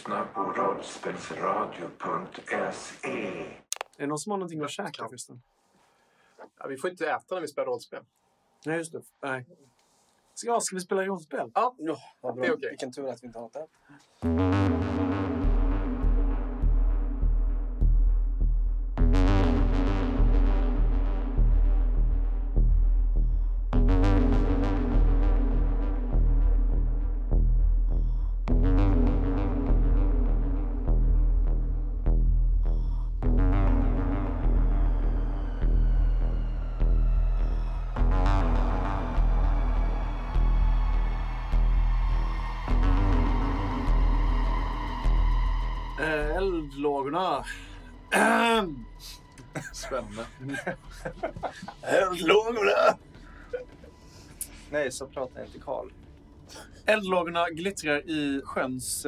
lyssnar på rollspelsradio.se. Är det någon som har någonting att käka förresten? Ja, vi får inte äta när vi spelar rollspel. Nej, just det. Nej. Ska vi spela rollspel? Ja, Ja, vad bra. det är okej. Vilken tur att vi inte har något där. Eldlågorna. Spännande. Eldlågorna. Nej, så pratar inte Karl. Eldlågorna glittrar i sjöns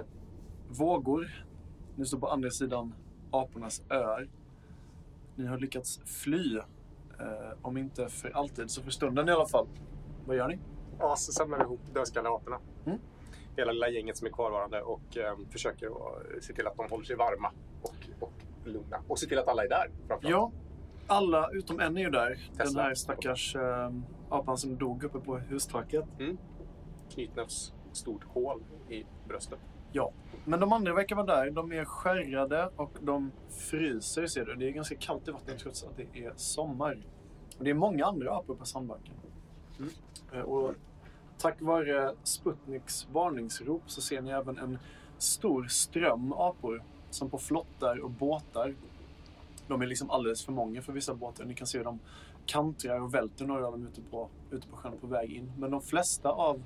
vågor. Ni står på andra sidan apornas öar. Ni har lyckats fly. Om inte för alltid så för stunden i alla fall. Vad gör ni? Ja, så samlar vi ihop dödskallaporna. Mm. Hela lilla gänget som är kvarvarande och försöker att se till att de håller sig varma och lugna. Och se till att alla är där framförallt. Ja, alla utom en är ju där. Tesla. Den här stackars apan som dog uppe på hustaket. Knytnävs stort hål i bröstet. Ja, men de andra verkar vara där. De är skärrade och de fryser, ser du. Det är ganska kallt i vattnet trots att det är sommar. Och det är många andra apor på sandbanken. Och tack vare Sputniks varningsrop så ser ni även en stor ström apor som på flottar och båtar. De är liksom alldeles för många för vissa båtar. Ni kan se hur de kantrar och välter några av dem ute på sjön på väg in. Men de flesta av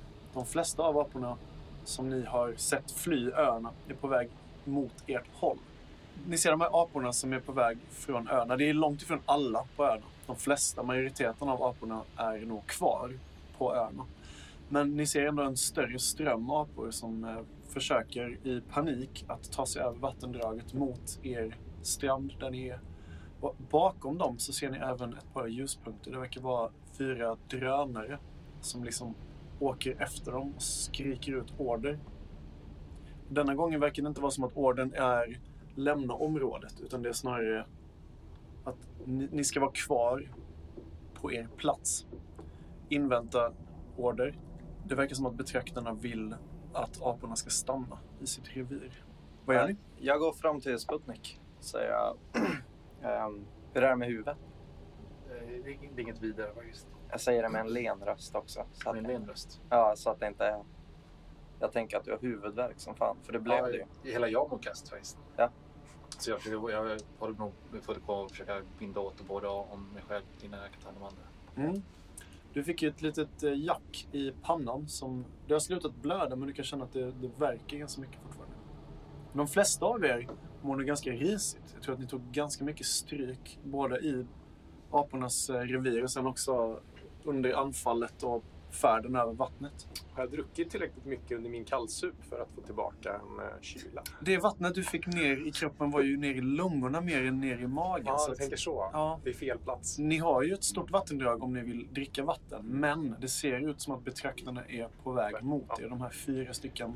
aporna som ni har sett fly öarna är på väg mot ert håll. Ni ser de här aporna som är på väg från öarna. Det är långt ifrån alla på öarna. De flesta, majoriteten av aporna är nog kvar på öarna. Men ni ser ändå en större ström apor som försöker i panik att ta sig över vattendraget mot er strand där ni är. Och bakom dem så ser ni även ett par ljuspunkter. Det verkar vara 4 drönare som liksom åker efter dem och skriker ut order. Denna gången verkar det inte vara som att orden är lämna området, utan det är snarare att ni ska vara kvar på er plats. Invänta order. Det verkar som att betraktarna vill att aporna ska stanna i sitt revir. Vad gör ni? Jag går fram till Sputnik. Säger jag, hur är det med huvudet? Det är inget vidare faktiskt. Jag säger det med en len röst också. Så att, En len röst. ja, så att det inte är... Jag tänker att du har huvudvärk som fan. För det blev det ju. Hela jag mår kast faktiskt. Ja. Så jag håller nog fullt på att försöka binda åt och både om mig själv innan jag kan ta de andra. Du fick ju ett litet jack i pannan som... Det har slutat blöda, men du kan känna att det verkar ganska mycket fortfarande. De flesta av er mår nu ganska risigt. Jag tror att ni tog ganska mycket stryk både i apornas revir och sen också under anfallet och färden över vattnet. Jag har druckit tillräckligt mycket under min kallsup för att få tillbaka en kyla. Det vattnet du fick ner i kroppen var ju ner i lungorna mer än ner i magen. Ja, så jag att, tänker så. ja. Det är fel plats. Ni har ju ett stort vattendrag om ni vill dricka vatten. Men det ser ut som att betraktarna är på väg mot er. De här 4 stycken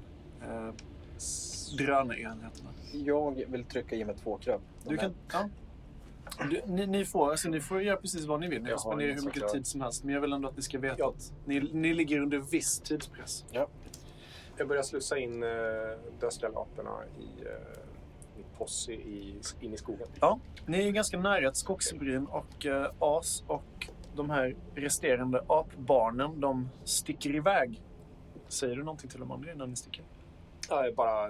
drönarenheterna. Jag vill trycka i mig 2 krubb. Du kan... Ja. Ni får göra precis vad ni vill. Ni får spendera hur mycket tid som helst. Men jag vill ändå att ni ska veta att ni ligger under viss tidspress. Ja. Jag börjar slussa in dödskallaporna i mitt posse in i skogen. Ja, ni är ganska nära ett skogsbryn och as och de här resterande apbarnen, de sticker iväg. Säger du någonting till de andra innan ni sticker? Ja,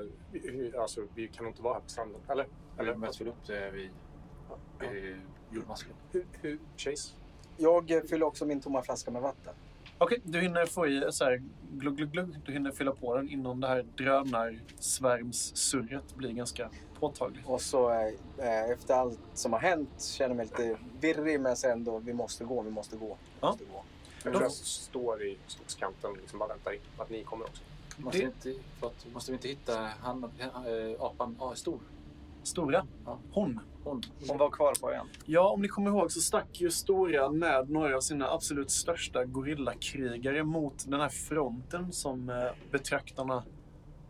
vi kan inte vara här på stranden, eller? Eller möts väl upp vid jordmasken. Hur Chase? Jag fyller också min tomma flaska med vatten. Okej, du hinner få i så här glugg, glugg, glugg. Du hinner fylla på den innan det här drönarsvärmssurret blir ganska påtagligt. Och så efter allt som har hänt känner jag mig lite virrig, men sen då vi måste gå. Ja. Jag står i skogskanten och liksom bara väntar in att ni kommer också. Måste vi inte hitta apan stor? Stora? Ja. Hon var kvar på igen. Ja, om ni kommer ihåg så stack ju Stora med några av sina absolut största gorillakrigare mot den här fronten som betraktarna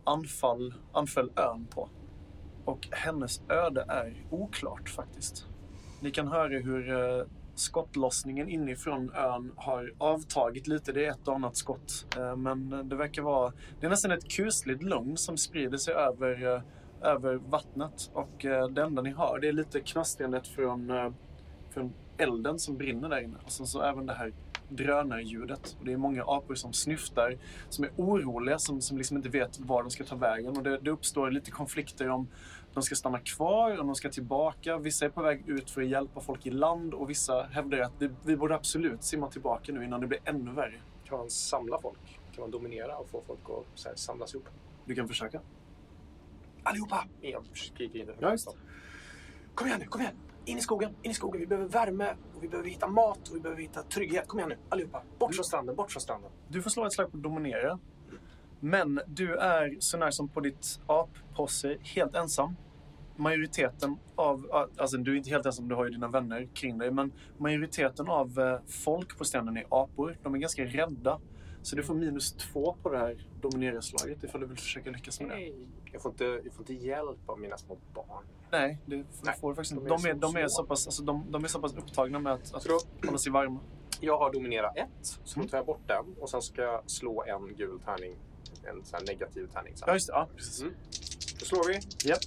anföll ön på. Och hennes öde är oklart faktiskt. Ni kan höra hur skottlossningen inifrån ön har avtagit lite. Det är ett och annat skott. Men det verkar vara... Det är nästan ett kusligt lugn som sprider sig över vattnet. Och det enda ni hör, det är lite knastrandet från elden som brinner där inne. Och sen så även det här drönarljudet. Och det är många apor som snyftar, som är oroliga, som liksom inte vet var de ska ta vägen. Och det uppstår lite konflikter om de ska stanna kvar, om de ska tillbaka. Vissa är på väg ut för att hjälpa folk i land och vissa hävdar att vi borde absolut simma tillbaka nu innan det blir ännu värre. Kan man samla folk? Kan man dominera och få folk att så här, samlas ihop? Du kan försöka. Allihopa! Jag skriker in det. Ja, just. Kom igen nu. In i skogen. Vi behöver värme och vi behöver hitta mat och vi behöver hitta trygghet. Kom igen nu, allihopa. Bort från stranden. Du får slå ett slag på dominera. Men du är så när som på ditt apposse helt ensam. Majoriteten av... Alltså du är inte helt ensam, du har ju dina vänner kring dig. Men majoriteten av folk på stranden är apor. De är ganska rädda. Så du får -2 på det här domineringsslaget ifall du vill försöka lyckas med det. Jag får inte hjälp av mina små barn. Nej, det får du faktiskt inte. De är så pass upptagna med att hålla sig varma. Jag har dominera 1, så då tar jag bort den. Och sen ska jag slå en gul tärning. En sån här negativ tärning. Ja, just det. Ja, precis. Då slår vi. Japp.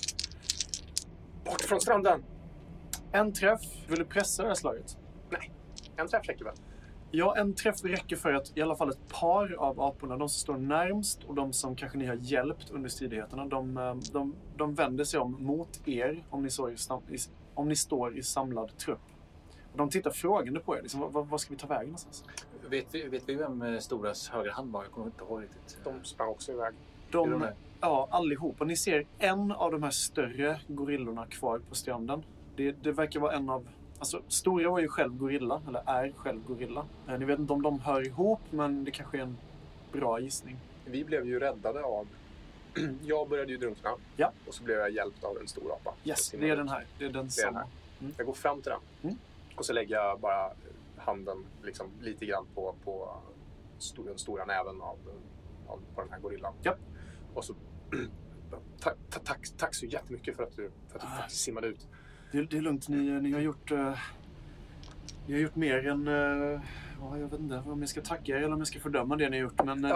Bort från stranden! En träff. Vill du pressa det här slaget? Nej, en träff räcker väl? Ja, en träff räcker för att i alla fall ett par av aporna, de som står närmst och de som kanske ni har hjälpt under stridigheterna, de vänder sig om mot er om ni står i samlad trupp. Och de tittar frågande på er. Liksom, vad ska vi ta vägen någonstans? Vet vi vem Storas högra hand var? Jag kommer inte ihåg riktigt. De sprang också iväg. Ja, allihop. Och ni ser en av de här större gorillorna kvar på stranden. Det verkar vara en av... Alltså, Stora var ju själv gorilla, eller är själv gorilla. Ni vet inte om de hör ihop, men det kanske är en bra gissning. Vi blev ju räddade av... Jag började ju drunkna. Ja. Och så blev jag hjälpt av en stor apa. Yes, det är den här. Det är den samma. Jag går fram till den. Och så lägger jag bara handen liksom, lite grann på den stora näven på den här gorillan. Ja. Och så... Tack så jättemycket för att du faktiskt simmade ut. Det är lugnt. Ni har gjort mer än... jag vet inte om jag ska tacka er eller om jag ska fördöma det ni har gjort. Men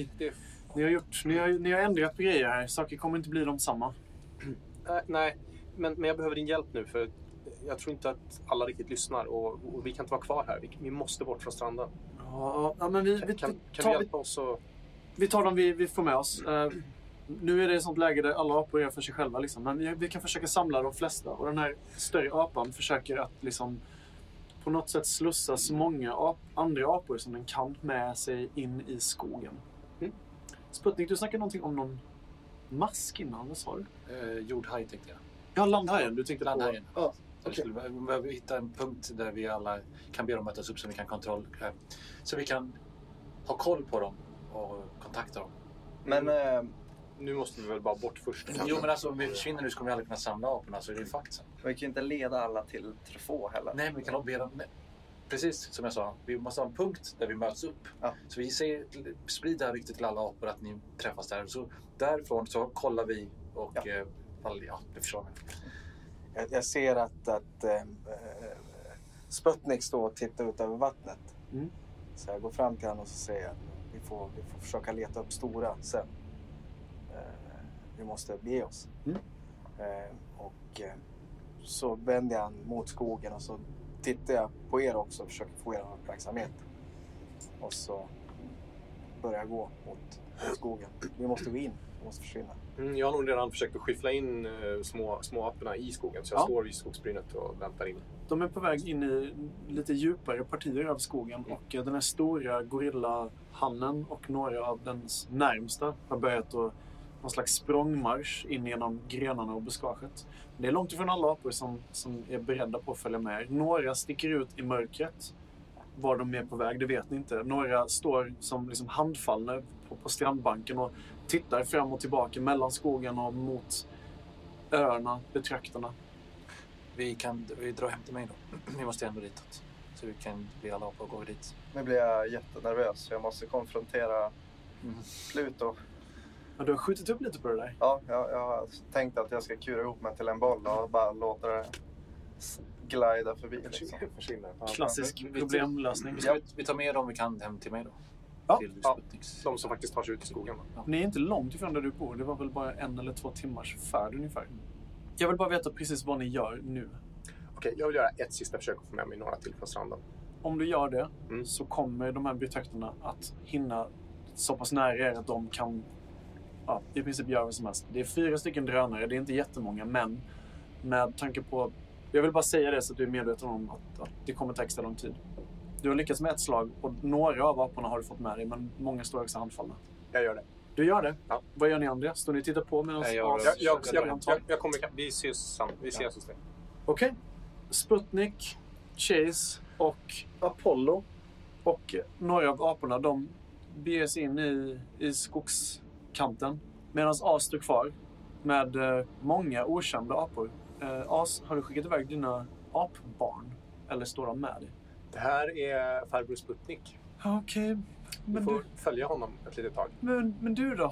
ni har ändrat på grejer här. Saker kommer inte bli de samma. Nej, men jag behöver din hjälp nu. För jag tror inte att alla riktigt lyssnar. Och vi kan inte vara kvar här. Vi måste bort från stranden. Ja, men kan du hjälpa oss? Vi tar dem vi får med oss. Nu är det ett sånt läge där alla apor är för sig själva. Liksom. Men vi kan försöka samla de flesta. Och den här större apan försöker att liksom, på något sätt slussa så många andra apor som den kan med sig in i skogen. Sputnik, du snackade någonting om någon mask innan, vad sa du? Jordhaj tänkte jag. Ja, landhajen. Du tänkte landhajen. på... Ja, okay. Vi behöver hitta en punkt där vi alla kan be dem mötas upp så vi kan så vi kan ha koll på dem och kontakta dem. Men... Nu måste vi väl bara bort först. Jo, men alltså om vi försvinner nu så kommer vi aldrig kunna samla aporna, så det är ju fakt sen. Vi kan ju inte leda alla till Truffaut heller. Nej, men vi kan be dem... Precis som jag sa, vi måste ha en punkt där vi möts upp. Ja. Så vi sprider det här ryktet till alla apor att ni träffas där. Så därifrån så kollar vi och... det förstår jag. Jag ser att Sputnik står och tittar ut över vattnet. Så jag går fram till honom och så säger jag att vi får försöka leta upp Stora sen. Vi måste bege oss. Så vänder jag mot skogen och så tittar jag på er också och försöker få er uppmärksamhet. Och så börjar jag gå mot skogen. Vi måste gå in. Vi måste försvinna. Jag har nog redan försökt att skyffla in små aporna i skogen. Så jag står vid skogsbrynet och väntar in. De är på väg in i lite djupare partier av skogen. Och den här stora gorillahannen och några av dens närmsta har börjat att någon slags språngmarsch in genom grenarna och buskaget. Det är långt ifrån alla apor som är beredda på att följa med. Några sticker ut i mörkret. Var de är på väg, det vet ni inte. Några står som liksom handfallna på strandbanken och tittar fram och tillbaka mellan skogen och mot öarna, betraktarna. Vi drar hem till mig då. Vi måste ändå ditåt. Så vi kan bli alla apor och gå dit. Nu blir jag jättenervös. Jag måste konfrontera Pluto. Ja, du har skjutit upp lite på det där. Ja, jag har tänkt att jag ska kura ihop mig till en boll och bara låta det glida förbi. Liksom. Försvinner. Ja. Klassisk vi- problemlösning. Vi tar med dem vi kan hem till mig då. Ja. Till Ja. Sputniks. De som faktiskt tar sig ut i skogen. Då. Ni är inte långt ifrån där du bor. Det var väl bara 1 eller 2 timmars färd ungefär. Jag vill bara veta precis vad ni gör nu. Okej, jag vill göra ett sista försök att få med mig några till från stranden. Om du gör det Mm. så kommer de här betraktarna att hinna så pass nära er att de kan i princip göra vad som helst. Det är 4 stycken drönare, det är inte jättemånga, men med tanke på... Jag vill bara säga det så att du är medveten om att det kommer ta extra lång tid. Du har lyckats med ett slag och några av aporna har du fått med dig, men många står också handfallna. Jag gör det. Du gör det? Ja. Vad gör ni andra? Står ni och tittar på medan... Nej, Jag kommer ikapp. Vi ses hos dig. Okej. Sputnik, Chase och Apollo och några av aporna, de beger sig in i skogskanten. Medan As står kvar med många okända apor. As, har du skickat iväg dina apbarn? Eller står de med dig? Det här är farbror Sputnik. Okej. Du Men, får följa honom ett litet tag. men du då?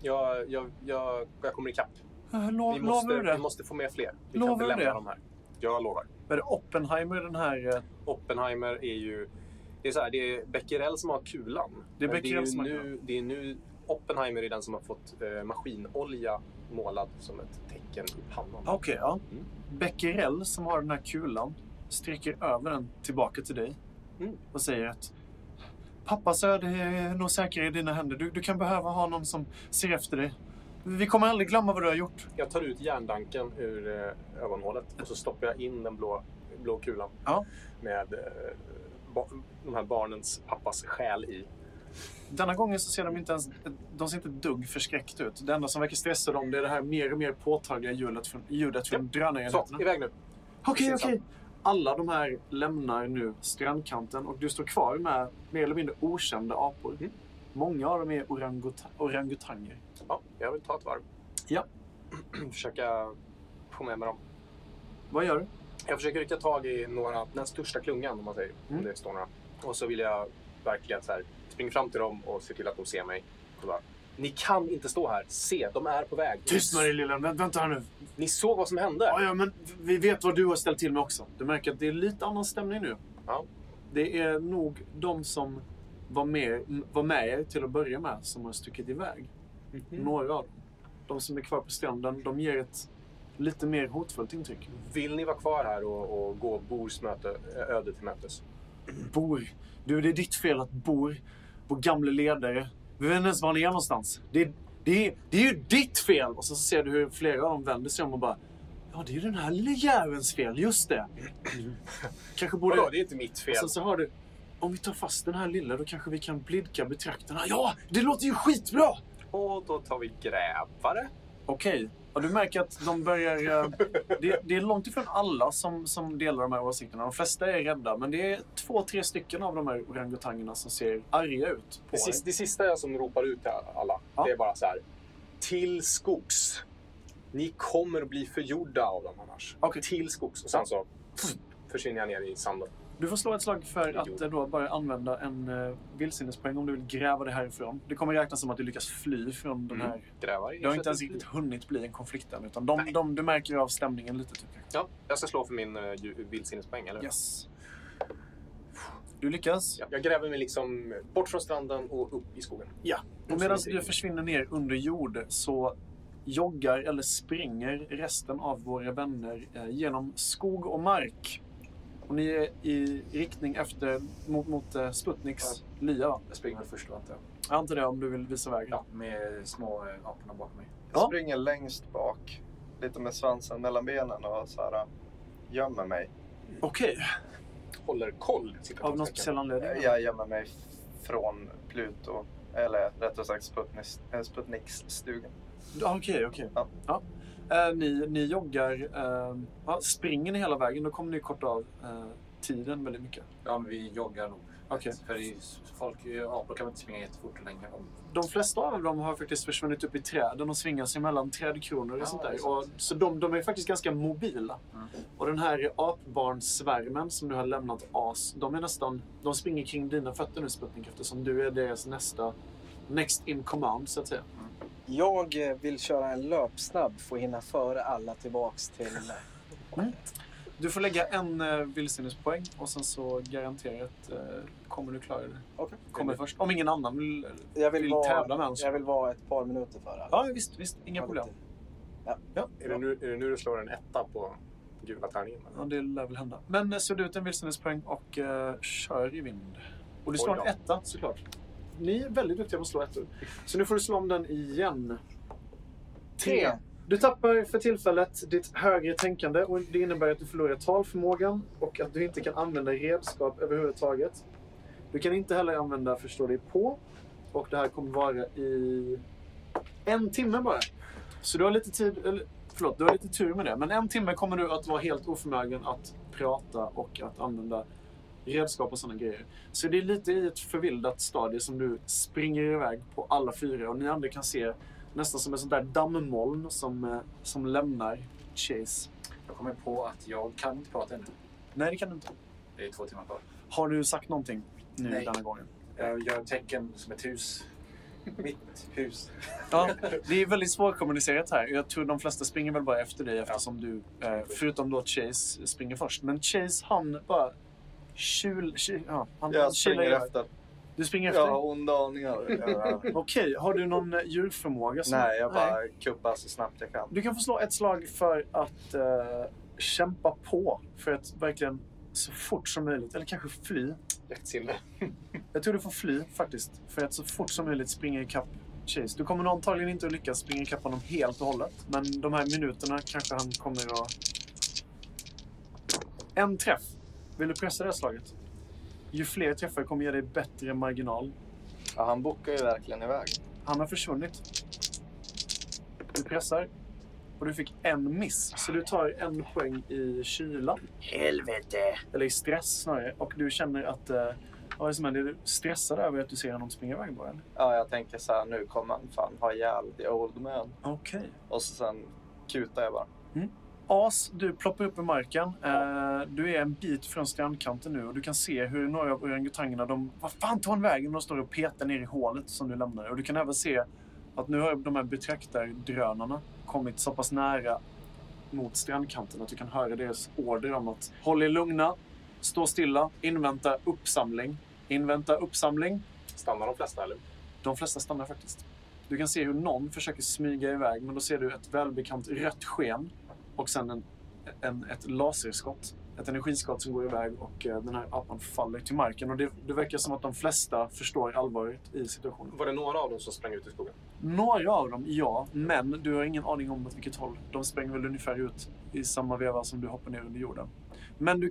Jag kommer ikapp. Lovar du Vi det? måste få med fler. Vi Lovar kan inte du lämna det? dem här. Jag lovar. Är det Oppenheimer den här... Oppenheimer är ju... Det är så här, det är Becquerel som har kulan. Det är Men Becquerel som har det är nu Oppenheimer är den som har fått maskinolja målad som ett tecken i pannan. Okej, ja. Mm. Becquerel som har den här kulan sträcker över den tillbaka till dig Mm. och säger att pappas öde är nog säkrare i dina händer. Du kan behöva ha någon som ser efter dig. Vi kommer aldrig glömma vad du har gjort. Jag tar ut järndanken ur ögonhålet och så stoppar jag in den blå kulan Ja. med de här barnens pappas själ i. Denna gången så ser de ser inte ett dugg förskräckt ut. Det enda som verkar stressa dem det är det här mer och mer påtagliga ljudet från drönarenheterna. Så, iväg nu. Okej. Alla de här lämnar nu strandkanten och du står kvar med mer eller mindre okända apor. Mm. Många av dem är orangutanger. Ja, jag vill ta ett varv. Ja. Försöka få med mig dem. Vad gör du? Jag försöker rycka tag i den största klungan om man säger. Om det står några. Och så vill jag verkligen så här, springa fram till dem och se till att de ser mig. Och bara, ni kan inte stå här. Se, de är på väg. Tyst med dig lilla, vänta här nu. Ni såg vad som hände. Ja, men vi vet vad du har ställt till med också. Du märker att det är lite annan stämning nu. Ja. Det är nog de som var med er till att börja med som har stuckit iväg. Några av dem. De som är kvar på stranden, de ger ett lite mer hotfullt intryck. Vill ni vara kvar här och gå Bors öde till mötes? Bor. Du, det är ditt fel att vår gamla ledare. Vi vet inte ens var han är någonstans. Det är ju ditt fel! Och så ser du hur flera av dem vänder sig om och bara... Ja, det är ju den här lilla jävelns fel, just det. Kanske borde... Vadå, det är inte mitt fel. Och så har du... Om vi tar fast den här lilla, då kanske vi kan blidka betraktarna. Ja, det låter ju skitbra! Och då tar vi grävare. Okej. Och du märker att de börjar... Det är långt ifrån alla som delar de här åsikterna. De flesta är rädda, men det är 2-3 stycken av de här orangutangerna som ser arga ut på dig. Det sista jag som ropar ut till alla, Ja. det är bara så här. Till skogs. Ni kommer att bli förgjorda av dem annars. Okej. Till skogs. Och sen så försvinner jag ner i sanden. Du får slå ett slag för att då bara använda en vildsinnespoäng om du vill gräva det härifrån. Det kommer räknas som att du lyckas fly från den här... Grävare. Det har inte ens riktigt hunnit bli en konflikt än, utan du märker av stämningen lite typ. Ja, jag ska slå för min vildsinnespoäng, eller? Yes. Du lyckas. Ja, jag gräver mig liksom bort från stranden och upp i skogen. Ja. Och medan du försvinner ner under jord så joggar eller springer resten av våra vänner genom skog och mark. Och ni är i riktning mot Sputniks lya, va? Jag springer först då, antar jag. Jag antar det om du vill visa vägen. Ja, med små aporna bakom mig. Jag springer längst bak, lite med svansen mellan benen och så här gömmer mig. Okej. Håller koll. Av någon speciell anledning? Jag gömmer mig från Pluto, eller rättare sagt Sputniks stugan. Okej. Ja. Ni joggar, springer ni hela vägen, då kommer ni korta av tiden väldigt mycket. Ja, men vi joggar nog. Okej. För apor kan inte springa jättefort länge. De flesta av dem har faktiskt försvunnit upp i träden och svingar sig mellan trädkronor och sånt där. Så de är faktiskt ganska mobila. Mm. Och den här apbarnsvärmen som du har lämnat As, de springer kring dina fötter nu, Sputnik, eftersom du är deras next in command, så att säga. Jag vill köra en löpsnabb för att hinna före alla tillbaks till... Du får lägga en villsinnespoäng och sen så garanterat kommer du klara det. Okej. Kommer först. Om ingen annan vill tävla med oss. Jag vill vara ett par minuter före alla. Ja, visst. Inga problem. Ja. Är det nu du slår en etta på gula tärningen? Ja, det lär väl hända. Men så du ut en villsinnespoäng och kör i vind. Och du slår en etta, såklart. Ni är väldigt duktiga på att slå ettor. Så nu får du slå om den igen. 3. Du tappar för tillfället ditt högre tänkande och det innebär att du förlorar talförmågan och att du inte kan använda redskap överhuvudtaget. Du kan inte heller använda förstå dig på och det här kommer vara i 1 timme bara. Så du har lite du har lite tur med det. Men 1 timme kommer du att vara helt oförmögen att prata och att använda redskap och sådana grejer. Så det är lite i ett förvildat stadie som du springer iväg på alla 4 och ni andra kan se nästan som ett sånt där dammmoln som lämnar Chase. Jag kommer på att jag kan inte prata ännu. Nej, det kan du inte. Det är 2 timmar kvar. Har du sagt någonting nu denna gången? Jag gör tecken som ett hus. Mitt hus. Ja, det är väldigt svårkommunicerat här. Jag tror de flesta springer väl bara efter dig eftersom du, förutom då Chase, springer först. Men Chase, han bara jag springer efter. Du springer efter? Jag har onda aningar. Okej, har du någon djurförmåga? Nej, jag bara kuppar så snabbt jag kan. Du kan få slå ett slag för att kämpa på. För att verkligen så fort som möjligt, eller kanske fly. Jaktsinne. Jag tror du får fly faktiskt. För att så fort som möjligt springa ikapp Chase. Du kommer antagligen inte att lyckas springa ikapp honom helt och hållet. Men de här minuterna kanske han kommer att... En träff. Vill du pressa det här slaget? Ju fler träffar kommer ge dig bättre marginal. Ja, han bockar ju verkligen iväg. Han har försvunnit. Du pressar. Och du fick en miss. Så du tar 1 poäng i kyla. Helvete! Eller i stress snarare. Och du känner att... vad är det som händer? Är du stressad över att du ser honom springa iväg bara? Eller? Ja, jag tänker så här, nu kommer han fan ha ihjäl the old man. Okej. Och så sen kutar jag bara. As, du ploppar upp i marken. Du är en bit från strandkanten nu och du kan se hur några av orangutangerna, vad fan tog han vägen? De står och petar ner i hålet som du lämnade. Och du kan även se att nu har de här betraktardrönarna kommit så pass nära mot strandkanten att du kan höra deras order om att håll er lugna, stå stilla, invänta uppsamling. Invänta uppsamling. Stannar de flesta eller? De flesta stannar faktiskt. Du kan se hur någon försöker smyga iväg, men då ser du ett välbekant rött sken och sen ett laserskott. Ett energiskott som går iväg och den här apan faller till marken. Och det verkar som att de flesta förstår allvaret i situationen. Var det några av dem som sprang ut i skogen? Några av dem, ja. Men du har ingen aning om åt vilket håll. De spränger väl ungefär ut i samma veva som du hoppar ner under jorden. Men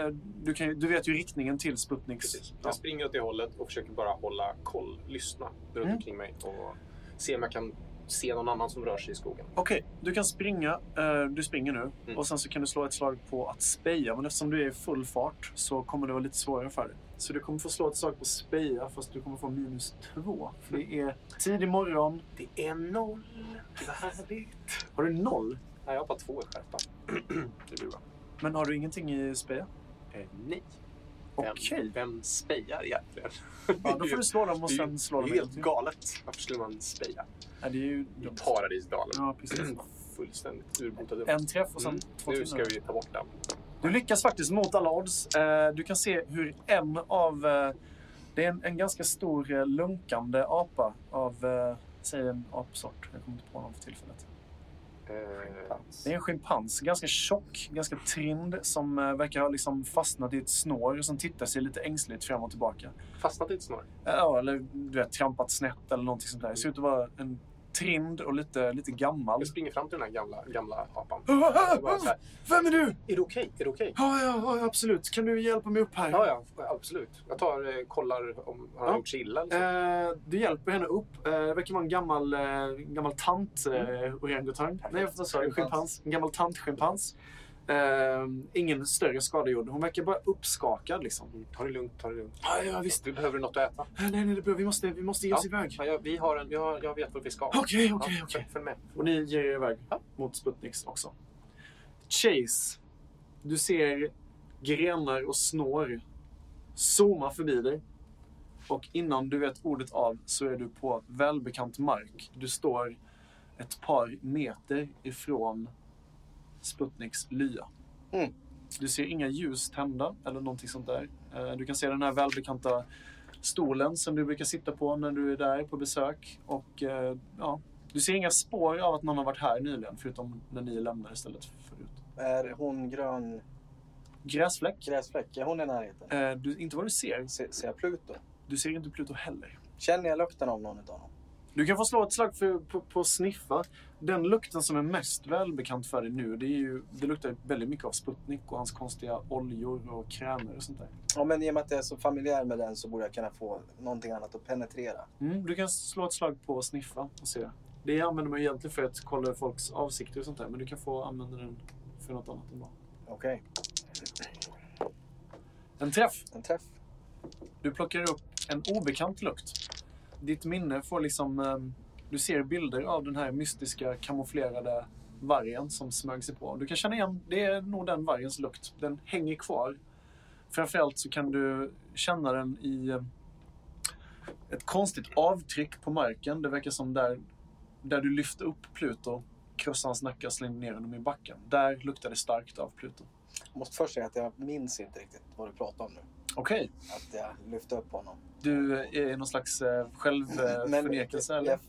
du vet ju riktningen till Sputniks. Precis. Jag springer åt det hållet och försöker bara hålla koll, lyssna runt omkring mig och se om jag kan se någon annan som rör sig i skogen. Okej, du kan springa. Du springer nu. Och sen så kan du slå ett slag på att speja. Men eftersom du är i full fart så kommer det vara lite svårare för dig. Så du kommer få slå ett slag på speja fast du kommer få -2. För det är tidig morgon. Det är 0. Det är härligt. Har du 0? Nej, jag har bara 2 i skärpa. Det blir bra. Men har du ingenting i speja? Nej. Okej. Vem spejar egentligen? Ja, då får du slå dem och sen slå dem. Det är helt galet. Varför skulle man speja? Ja, det är ju I Paradisdalen. Ja, precis. Fullständigt urbotad. En träff och sen 2 Nu ska vi ta bort den. Du lyckas faktiskt mot alla odds. Du kan se hur en av... det är en ganska stor lunkande apa av... säg en apsort. Jag kommer inte på någon för tillfället. Det är en schimpans. Ganska tjock, ganska trind. Som verkar ha liksom fastnat i ett snår. Och som tittar sig lite ängsligt fram och tillbaka. Fastnat i ett snår? Ja, eller du vet, trampat snett eller någonting sånt där. Det ser ut att vara en trind och lite gammal. Jag springer fram till den här gamla apan. Vem är du? Är det okej? Är det okej? Ja, absolut. Kan du hjälpa mig upp här? Ja, absolut. Jag kollar om han har gjort sig illa. Du hjälper henne upp. Det verkar vara en gammal tant orangutang. Nej, jag sa schimpans. En gammal tant-schimpans. Ingen större skada gjord. Hon verkar bara uppskakad liksom. Ta det lugnt. Ja, visst. Du behöver något att äta. Nej, det behöver vi måste ge oss iväg. Ja, jag vet vad vi ska. Okej. Följ med. Och ni ger er iväg mot Sputniks också. Chase. Du ser grenar och snår zooma förbi dig. Och innan du vet ordet av så är du på välbekant mark. Du står ett par meter ifrån Sputniks lya. Mm. Du ser inga ljus tända eller någonting sånt där. Du kan se den här välbekanta stolen som du brukar sitta på när du är där på besök. Och ja, du ser inga spår av att någon har varit här nyligen, förutom när ni lämnar istället förut. Är hon grön Gräsfläck. gräsfläck? Är hon i närheten? Inte vad du ser. Ser jag Pluto? Du ser inte Pluto heller. Känner jag lukten av någon utav dem? Du kan få slå ett slag på sniffa. Den lukten som är mest välbekant för dig nu, det luktar väldigt mycket av Sputnik och hans konstiga oljor och krämer och sånt där. Ja, men i och med att jag är så familjär med den så borde jag kunna få någonting annat att penetrera. Du kan slå ett slag på sniffa och se. Det använder man egentligen för att kolla folks avsikter och sånt där, men du kan få använda den för något annat än bara. Okej. En träff. En träff. Du plockar upp en obekant lukt. Ditt minne får liksom... Du ser bilder av den här mystiska kamouflerade vargen som smög sig på. Du kan känna igen, det är nog den vargens lukt. Den hänger kvar. Framförallt så kan du känna den i ett konstigt avtryck på marken. Det verkar som där du lyfte upp Pluto, krossade hans nacke och slängde ner honom i backen. Där luktar det starkt av Pluto. Jag måste först säga att jag minns inte riktigt vad du pratar om nu. Okej. Att jag lyfte upp honom. Du är någon slags självförnekelse eller?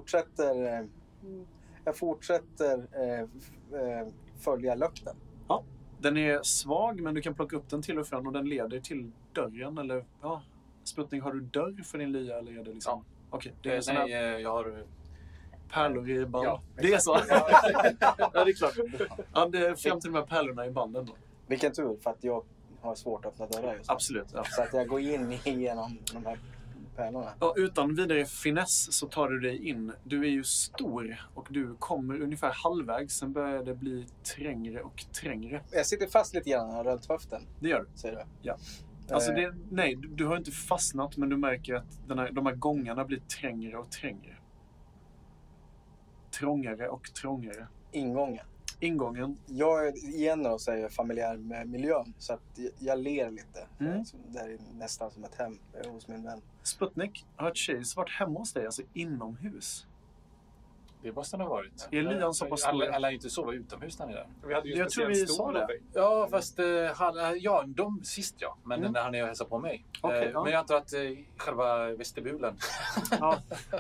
Jag fortsätter följa lukten. Ja, den är svag men du kan plocka upp den till och från och den leder till dörren eller ja, Sputnik, har du dörr för din lya eller är det liksom? Ja. Okej, det är såna här jag har... pärlor i band. Ja, det är så. Ja, det är klart. Ja, det är fram till de här pärlorna i banden då. Vilken tur, för att jag har svårt att öppna dörrar just nu. Absolut. Ja. Så att jag går in genom de här pärlorna. Ja, utan vidare finess så tar du dig in. Du är ju stor och du kommer ungefär halvvägs. Sen börjar det bli trängre och trängre. Jag sitter fast lite grann runt höften, Det gör du. säger du. Ja. Alltså nej, du har inte fastnat men du märker att de här gångarna blir trängre och trängre. Trångare och trångare. Ingången. Jag är igen och säger familjär med miljön, så att jag ler lite. Det är nästan som ett hem hos min vän. Sputnik, har ett tjejs varit hemma hos dig, alltså inomhus? Det måste den ha varit. Är lyan så pass stor? Alla är inte sova utomhus när ni är där. Vi hade ju Jag tror vi sa det. Ja, fast de sist ja. Men när han är och hälsar på mig. Okej, ja. Men jag antar att själva vestibulen. Ja.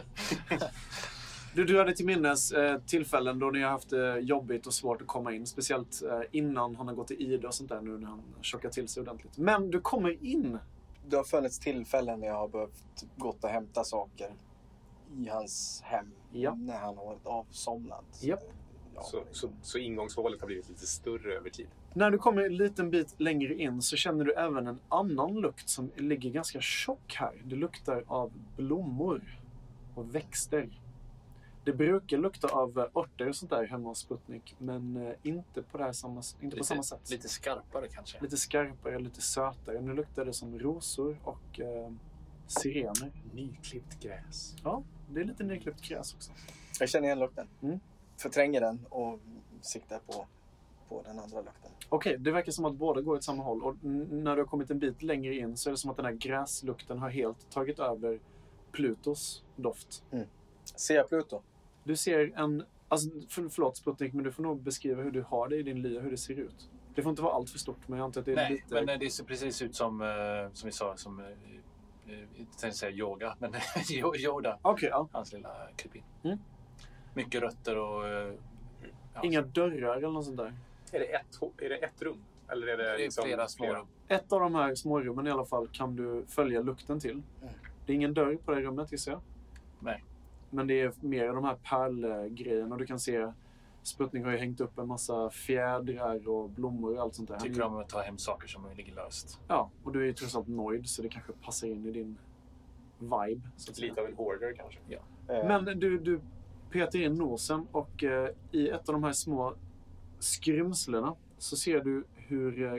Du hade till minnes tillfällen då ni har haft jobbigt och svårt att komma in. Speciellt innan han har gått i ide och sånt där nu när han tjockar till sig ordentligt. Men du kommer in. Det har funnits tillfällen när jag har behövt gått och hämta saker i hans hem. Ja. När han har varit avsomnad. Ja. Ja, Så ingångshålet har blivit lite större över tid. När du kommer en liten bit längre in så känner du även en annan lukt som ligger ganska tjock här. Det luktar av blommor och växter. Det brukar lukta av örter och sånt där hemma hos Sputnik, men inte på samma sätt. Lite skarpare kanske. Lite skarpare, lite sötare. Nu luktar det som rosor och sirener. Nyklippt gräs. Ja, det är lite nyklippt gräs också. Jag känner igen lukten. Mm. Förtränger den och siktar på den andra lukten. Okej, det verkar som att båda går åt samma håll. Och när du har kommit en bit längre in så är det som att den här gräslukten har helt tagit över Plutos doft. Ser jag Pluto? Du ser en... Alltså, förlåt Sputnik, men du får nog beskriva hur du har det i din lya, hur det ser ut. Det får inte vara allt för stort, men jag antar att det är Nej, lite... men det ser precis ut som vi sa, som... inte tänkte säga yoga, men Yoda. Okej, ja. Hans lilla krypin. Mm. Mycket rötter och... Inga dörrar eller något sånt där. Är det ett rum? Eller är det liksom flera små rum. Ett av de här smårummen i alla fall kan du följa lukten till. Det är ingen dörr på det rummet, gissar jag. Nej. Men det är mer av de här pärlgrejerna. Och du kan se, Sputnik har ju hängt upp en massa fjädrar och blommor och allt sånt där. Tycker om att ta hem saker som ligger löst. Ja, och du är ju trots allt nöjd så det kanske passar in i din vibe. Så att säga. lite av en hoarder kanske. Ja. Men du petar in nosen och i ett av de här små skrymslena så ser du hur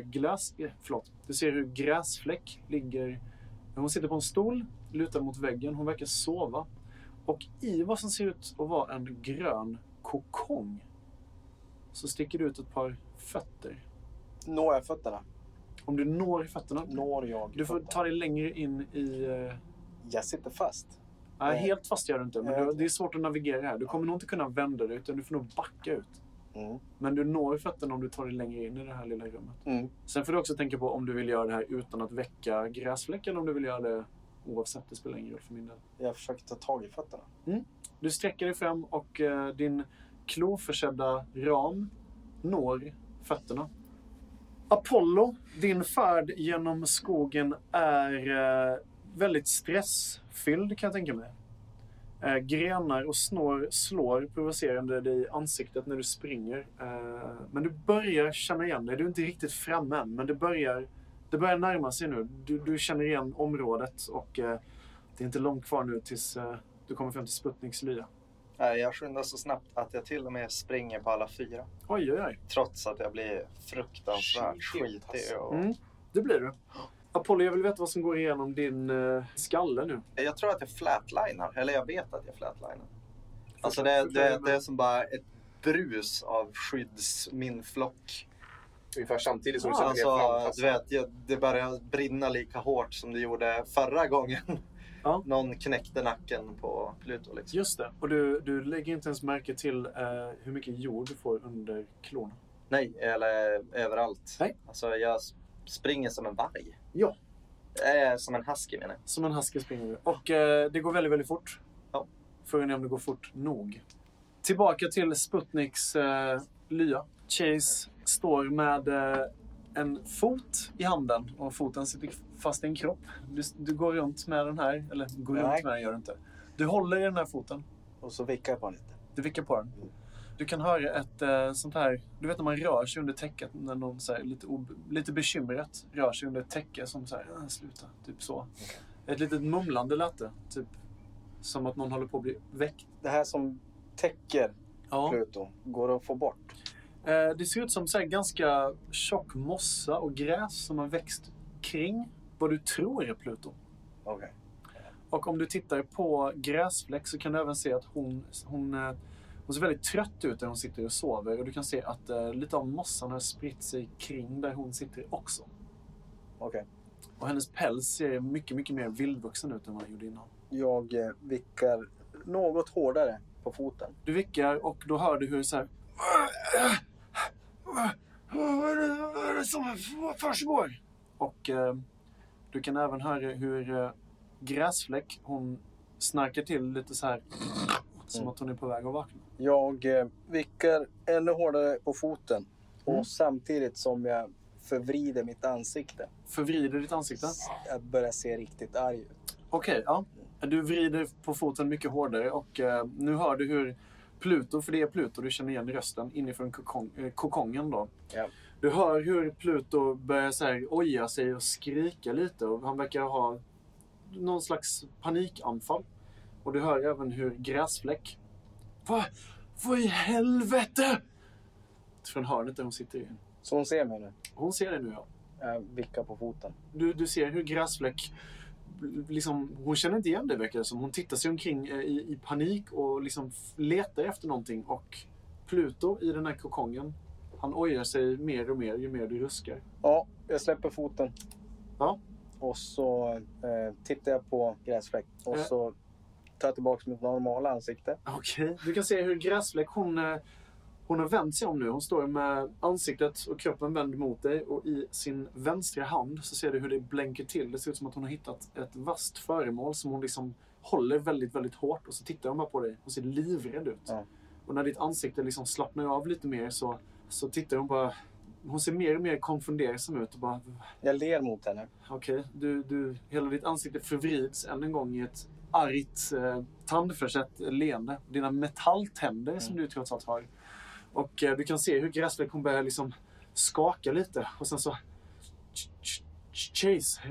Gräsfläck ligger. Hon sitter på en stol, lutad mot väggen. Hon verkar sova. Och i vad som ser ut att vara en grön kokong så sticker det ut ett par fötter. Når jag fötterna? Om du når fötterna. Når jag Du får fötterna? ta dig längre in i... Jag sitter fast. Nej, helt fast gör du inte. Men det är svårt att navigera här. Du kommer nog inte kunna vända dig, utan du får nog backa ut. Men du når fötterna om du tar dig längre in i det här lilla rummet. Sen får du också tänka på om du vill göra det här utan att väcka gräsfläcken, om du vill göra det oavsett. Det spelar ingen roll för min del. Jag försöker ta tag i fötterna. Du sträcker dig fram och din kloförsedda ram når fötterna. Apollo, din färd genom skogen är väldigt stressfylld, kan jag tänka mig. Grenar och snår slår provocerande dig i ansiktet när du springer. Men du börjar känna igen dig. Du är inte riktigt framme än, men det börjar närma sig nu. Du känner igen området och det är inte långt kvar nu tills du kommer fram till Sputniks lya. Jag skyndar så snabbt att jag till och med springer på alla 4. Oj. Trots att jag blir fruktansvärt skitig. Och... Det blir du. Apollo, jag vill veta vad som går igenom din skalle nu. Jag tror att jag flatlinar. Eller jag vet att jag flatlinar. Alltså det är som bara ett brus av skyddsminflock. Ungefär samtidigt som du alltså, du vet, det börjar brinna lika hårt som det gjorde förra gången. Ja. Någon knäckte nacken på Pluto. Liksom. Just det. Och du lägger inte ens märke till hur mycket jord du får under klorna. Nej, eller överallt. Nej. Alltså jag springer som en varg. Ja. Som en husky menar jag. Som en husky springer du. Och det går väldigt, väldigt fort. Ja. Frågan är om det går fort nog. Tillbaka till Sputniks lya. Chase står med en fot i handen och foten sitter fast i en kropp. Du går runt med den här, eller går runt med den gör du inte. Du håller i den här foten. Och så vickar jag på den lite. Du vickar på den. Du kan höra ett sånt här, du vet när man rör sig under täcket, när någon så här, lite bekymrat rör sig under ett täcke som så här, sluta, typ så. Okay. Ett litet mumlande läte, typ som att någon håller på att bli väckt. Det här som täcker Pluto, går det att få bort? Det ser ut som så här ganska tjock mossa och gräs som har växt kring vad du tror är Pluto. Okay. Och om du tittar på gräsfläck så kan du även se att hon ser väldigt trött ut när hon sitter och sover. Och du kan se att lite av mossan har spritt sig kring där hon sitter också. Okej. Och hennes päls ser mycket, mycket mer vildvuxen ut än vad den gjorde innan. Jag vickar något hårdare på foten. Du vickar och då hör du hur så här... Vad är det som försiggår? Och du kan även höra hur gräsfläck, hon snarkar till lite så här som att hon är på väg att vakna. Jag vickar ännu hårdare på foten och samtidigt som jag förvrider mitt ansikte. Förvrider ditt ansikte? Jag börjar se riktigt arg ut. Okej, ja. Du vrider på foten mycket hårdare och nu hör du hur Pluto, för det är Pluto, du känner igen rösten inifrån kokongen då. Ja. Du hör hur Pluto börjar så här oja sig och skrika lite och han verkar ha någon slags panikanfall. Och du hör även hur gräsfläck... Vad i helvete? Från hörnet där hon sitter i. Så hon ser mig nu? Hon ser det nu, ja. Jag vickar på foten. Du ser hur gräsfläck... Liksom, hon känner inte igen det, verkar det som. Hon tittar sig omkring i panik och liksom letar efter någonting. Och Pluto i den här kokongen, han ojar sig mer och mer ju mer du ruskar. Ja, jag släpper foten. Ja. Och så tittar jag på gräsfläck. Och så tar jag tillbaka mitt normala ansikte. Okej. Du kan se hur gräsfläck, hon har vänt sig om nu. Hon står med ansiktet och kroppen vänd mot dig. Och i sin vänstra hand så ser du hur det blänker till. Det ser ut som att hon har hittat ett vasst föremål som hon liksom håller väldigt, väldigt hårt. Och så tittar hon bara på dig och ser livrädd ut. Ja. Och när ditt ansikte liksom slappnar av lite mer så tittar hon bara... Hon ser mer och mer konfundersam ut och bara... Jag ler mot henne. Okej. Hela ditt ansikte förvrids än en gång i ett argt, tandförsett leende. Dina metalltänder som du trots allt har. Och du kan se hur gräsfläck hon börjar liksom skaka lite. Och sen så... Chase,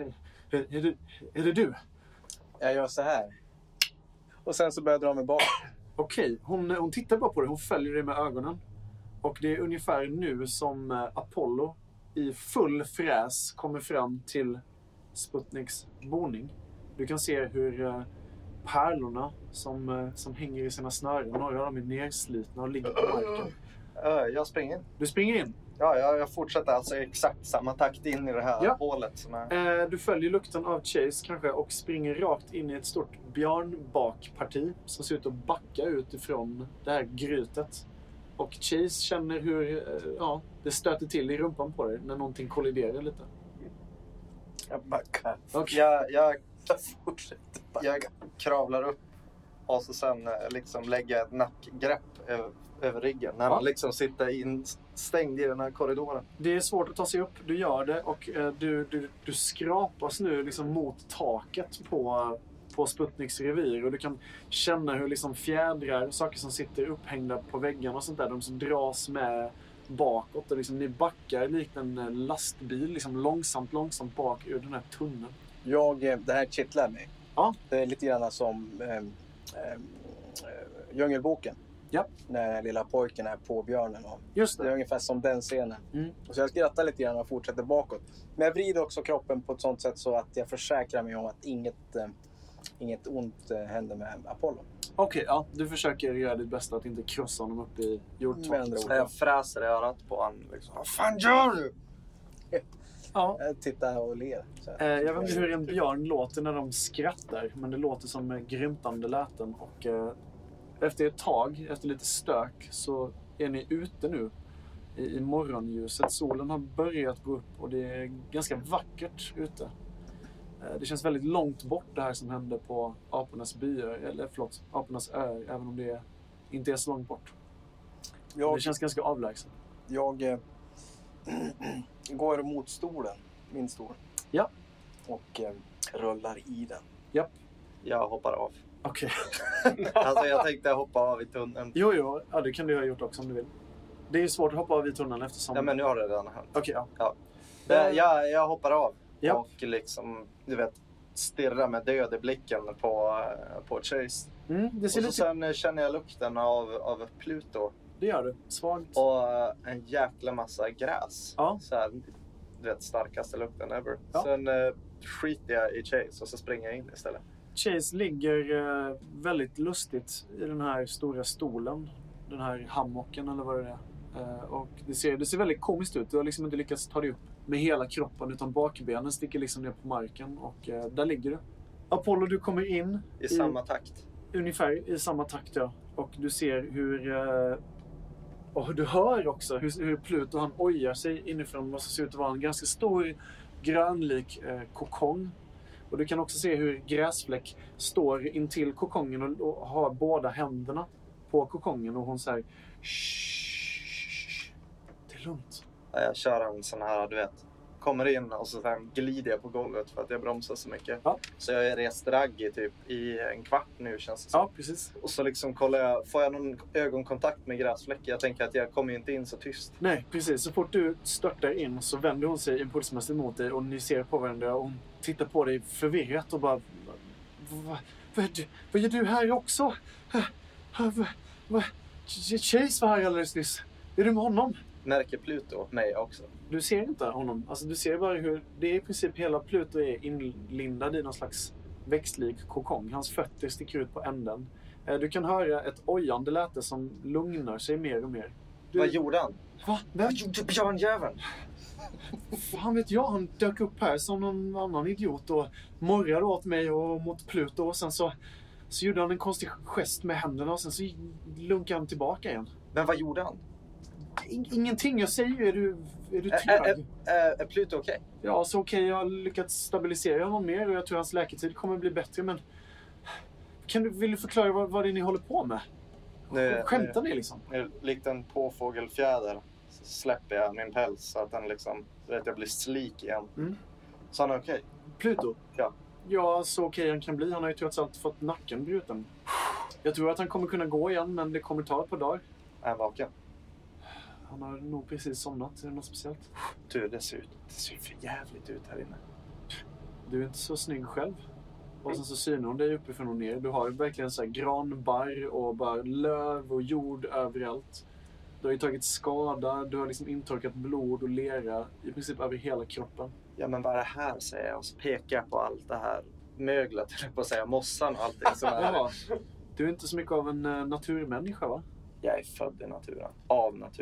är det du? Jag gör så här. Och sen så börjar jag dra mig bak. Okej, hon tittar bara på dig. Hon följer dig med ögonen. Och det är ungefär nu som Apollo i full fräs kommer fram till Sputniks boning. Du kan se hur pärlorna som hänger i sina snören, några av dem är nerslitna och ligger på marken. Jag springer in. Du springer in. Ja, jag fortsätter alltså i exakt samma takt in i det här hålet som är... Du följer lukten av Chase kanske och springer rakt in i ett stort björnbakparti som ser ut att backa ut ifrån det här grytet. Och Chase känner hur det stöter till i rumpan på dig när någonting kolliderar lite. Jag backar. Okay. Jag fortsätter backa. Jag kravlar upp och så sen liksom lägga ett nackgrepp över ryggen när man liksom sitter instängd i den här korridoren. Det är svårt att ta sig upp, du gör det och du skrapas nu liksom mot taket på Sputniks revir och du kan känna hur liksom fjädrar och saker som sitter upphängda på väggarna och sånt där, de som dras med bakåt och liksom ni backar likt en lastbil liksom långsamt bak ur den här tunneln. Det här kittlar mig. Ja. Det är lite grann som Djungelboken. Ja. När lilla pojken är på björnen. Just det. Det är ungefär som den scenen. Mm. Och så jag skrattar lite grann och fortsätter bakåt. Men jag vrider också kroppen på ett sånt sätt så att jag försäkrar mig om att inget ont händer med Apollo. Okej, ja. Du försöker göra ditt bästa att inte krossa honom upp i jordtaket. Jag fräser i örat på honom. Liksom. Vad fan gör du? Ja. Jag tittar och ler. Jag vet inte hur en björn låter när de skrattar. Men det låter som grymtande läten. Och efter ett tag, efter lite stök, så är ni ute nu i morgonljuset. Solen har börjat gå upp och det är ganska vackert ute. Det känns väldigt långt bort det här som hände på Apornas byar, eller förlåt, Apornas öar, även om det inte är så långt bort. Det känns ganska avlägset. Jag går mot stolen, min stol. Ja. Och rullar i den. Ja. Jag hoppar av. Okej. Alltså jag tänkte hoppa av i tunneln. Jo, ja, det kan du ha gjort också om du vill. Det är svårt att hoppa av i tunneln eftersom... Ja, men nu har det redan hänt. Okej, ja. Jag hoppar av. Ja. Och liksom, du vet, stirrar med död i blicken på Chase. Det ser och så sen känner jag lukten av Pluto. Det gör du. Svagt. Och en jäkla massa gräs. Ja. Så här, du vet, starkaste lukten ever. Ja. Sen skiter jag i Chase och så springer jag in istället. Chase ligger väldigt lustigt i den här stora stolen. Den här hammocken eller vad det är. Och det ser väldigt komiskt ut. Du har liksom inte lyckats ta dig upp med hela kroppen utan bakbenen sticker liksom ner på marken. Och där ligger du. Apollo, du kommer in. I samma takt. Ungefär i samma takt, ja. Och du ser hur... och du hör också hur Pluto han ojar sig inifrån vad som ser ut att vara en ganska stor grönlik kokong. Och du kan också se hur Gräsfläck står intill kokongen och har båda händerna på kokongen. Och hon säger: shh, det är lugnt. Ja, jag kör en sån här, du vet. Kommer in och så sen glider jag på golvet för att jag bromsar så mycket. Ja. Så jag är rest ragg i en kvart nu känns det som. Ja, precis. Och så liksom kollar jag, får jag någon ögonkontakt med Gräsfläck? Jag tänker att jag kommer inte in så tyst. Nej, precis. Så fort du störtar in så vänder hon sig impulsmässigt mot dig och ni ser på varandra och hon tittar på dig förvirrat och bara: vad gör du här också? Chase var här alldeles nyss. Är du med honom? Märker Pluto mig också? Du ser inte honom. Alltså du ser bara hur det är i princip hela Pluto är inlindad i någon slags växtlik kokong. Hans fötter sticker ut på änden. Du kan höra ett ojande läte som lugnar sig mer och mer. Vad gjorde han? Va? Vad gjorde björnjäveln? Fan vet jag, han dök upp här som någon annan idiot och morrade åt mig och mot Pluto. Och sen så gjorde han en konstig gest med händerna och sen så lunkade han tillbaka igen. Men vad gjorde han? Ingenting, jag säger ju, är du trygg? Är Pluto okej? Ja, så okej, jag har lyckats stabilisera honom mer och jag tror hans läketid kommer bli bättre, men vill du förklara vad det är ni håller på med? Skämtar ni liksom? Likt en påfågelfjäder så släpper jag min päls så att den liksom, så att jag blir slik igen. Så han är okej? Pluto? Ja. Ja, så okej han kan bli. Han har ju trots allt fått nacken bruten. Jag tror att han kommer kunna gå igen, men det kommer ta ett par dagar. Är han vaken? Han har nog precis somnat. Är det något speciellt? Du, det ser för jävligt ut här inne. Du är inte så snygg själv. Och sen så synar hon dig uppifrån och ner. Du har verkligen så här granbarr och bara löv och jord överallt. Du har ju tagit skada. Du har liksom intorkat blod och lera i princip över hela kroppen. Ja, men vad är det här, säger jag. Och så pekar jag på allt det här möglet, på att säga, mossan och allting som är. Ja, du är inte så mycket av en naturmänniska, va? Jag är född i naturen. Av naturen.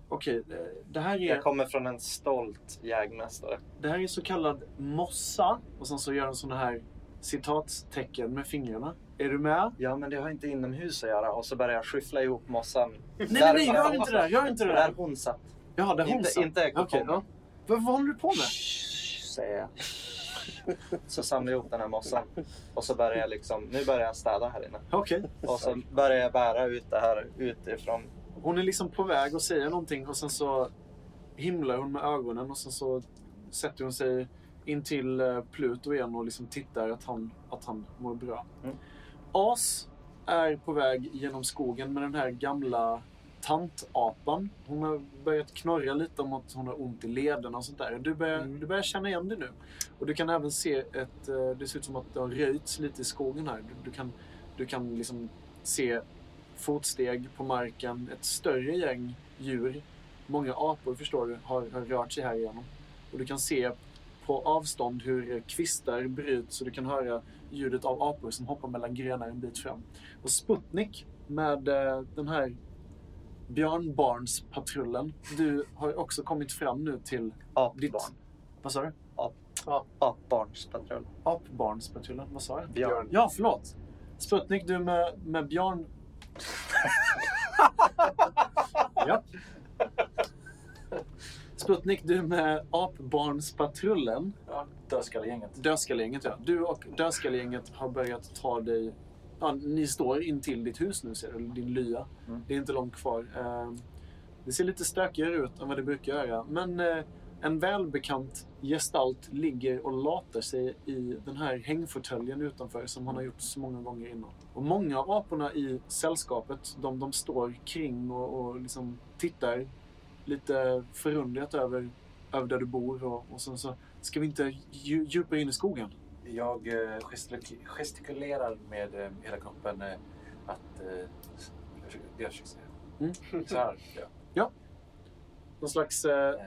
Okej, det här Jag är... kommer från en stolt jägmästare. Det här är så kallad mossa. Och sen så gör de såna här citatstecken med fingrarna. Är du med? Ja, men det har inte inomhus att göra. Och så börjar jag skyffla ihop mossan. Nej, gör inte det. Gör inte det Där där. hon satt. Ja, det är hon Inte- sa. inte Okej, kokonger. ja. Vad håller du på med? Säger jag. Så samlar jag ihop den här mossan. Och så börjar jag liksom, nu börjar jag städa här inne. Okej. Och så börjar jag bära ut det här utifrån. Hon är liksom på väg att säga någonting och sen så himlar hon med ögonen och sen så sätter hon sig in till Pluto igen och liksom tittar att han mår bra. Mm. As är på väg genom skogen med den här gamla tantapan. Hon har börjat knorra lite om att hon har ont i lederna och sånt där. Du börjar känna igen det nu. Och du kan även se det ser ut som att det har röjts lite i skogen här. Du kan liksom se fotsteg på marken. Ett större gäng djur. Många apor förstår du har rört sig här igenom. Och du kan se på avstånd hur kvistar bryts så du kan höra ljudet av apor som hoppar mellan grenar en bit fram. Och Sputnik med den här björnbarnspatrullen. Du har också kommit fram nu till Apbarn. Vad sa du? Apbarnspatrull. Apbarnspatrullen. Vad sa jag? Björn. Ja, förlåt. Sputnik, du med björn... ja. Sputnik, du med apbarnspatrullen. Ja, dödskallegänget. Dödskallegänget, ja. Du och dödskallegänget har börjat ta dig... Ja, ni står in till ditt hus nu, ser du. Din lya. Mm. Det är inte långt kvar. Det ser lite stökigare ut än vad det brukar göra. Men en välbekant gestalt ligger och latar sig i den här hängfåtöljen utanför som han har gjort så många gånger innan. Och många av aporna i sällskapet, de står kring och liksom tittar lite förundrat över där du bor. Och sen så ska vi inte djupare in i skogen. Jag gestikulerar med hela kroppen att... jag försöker säga. Mm. Så här, ja. Någon slags...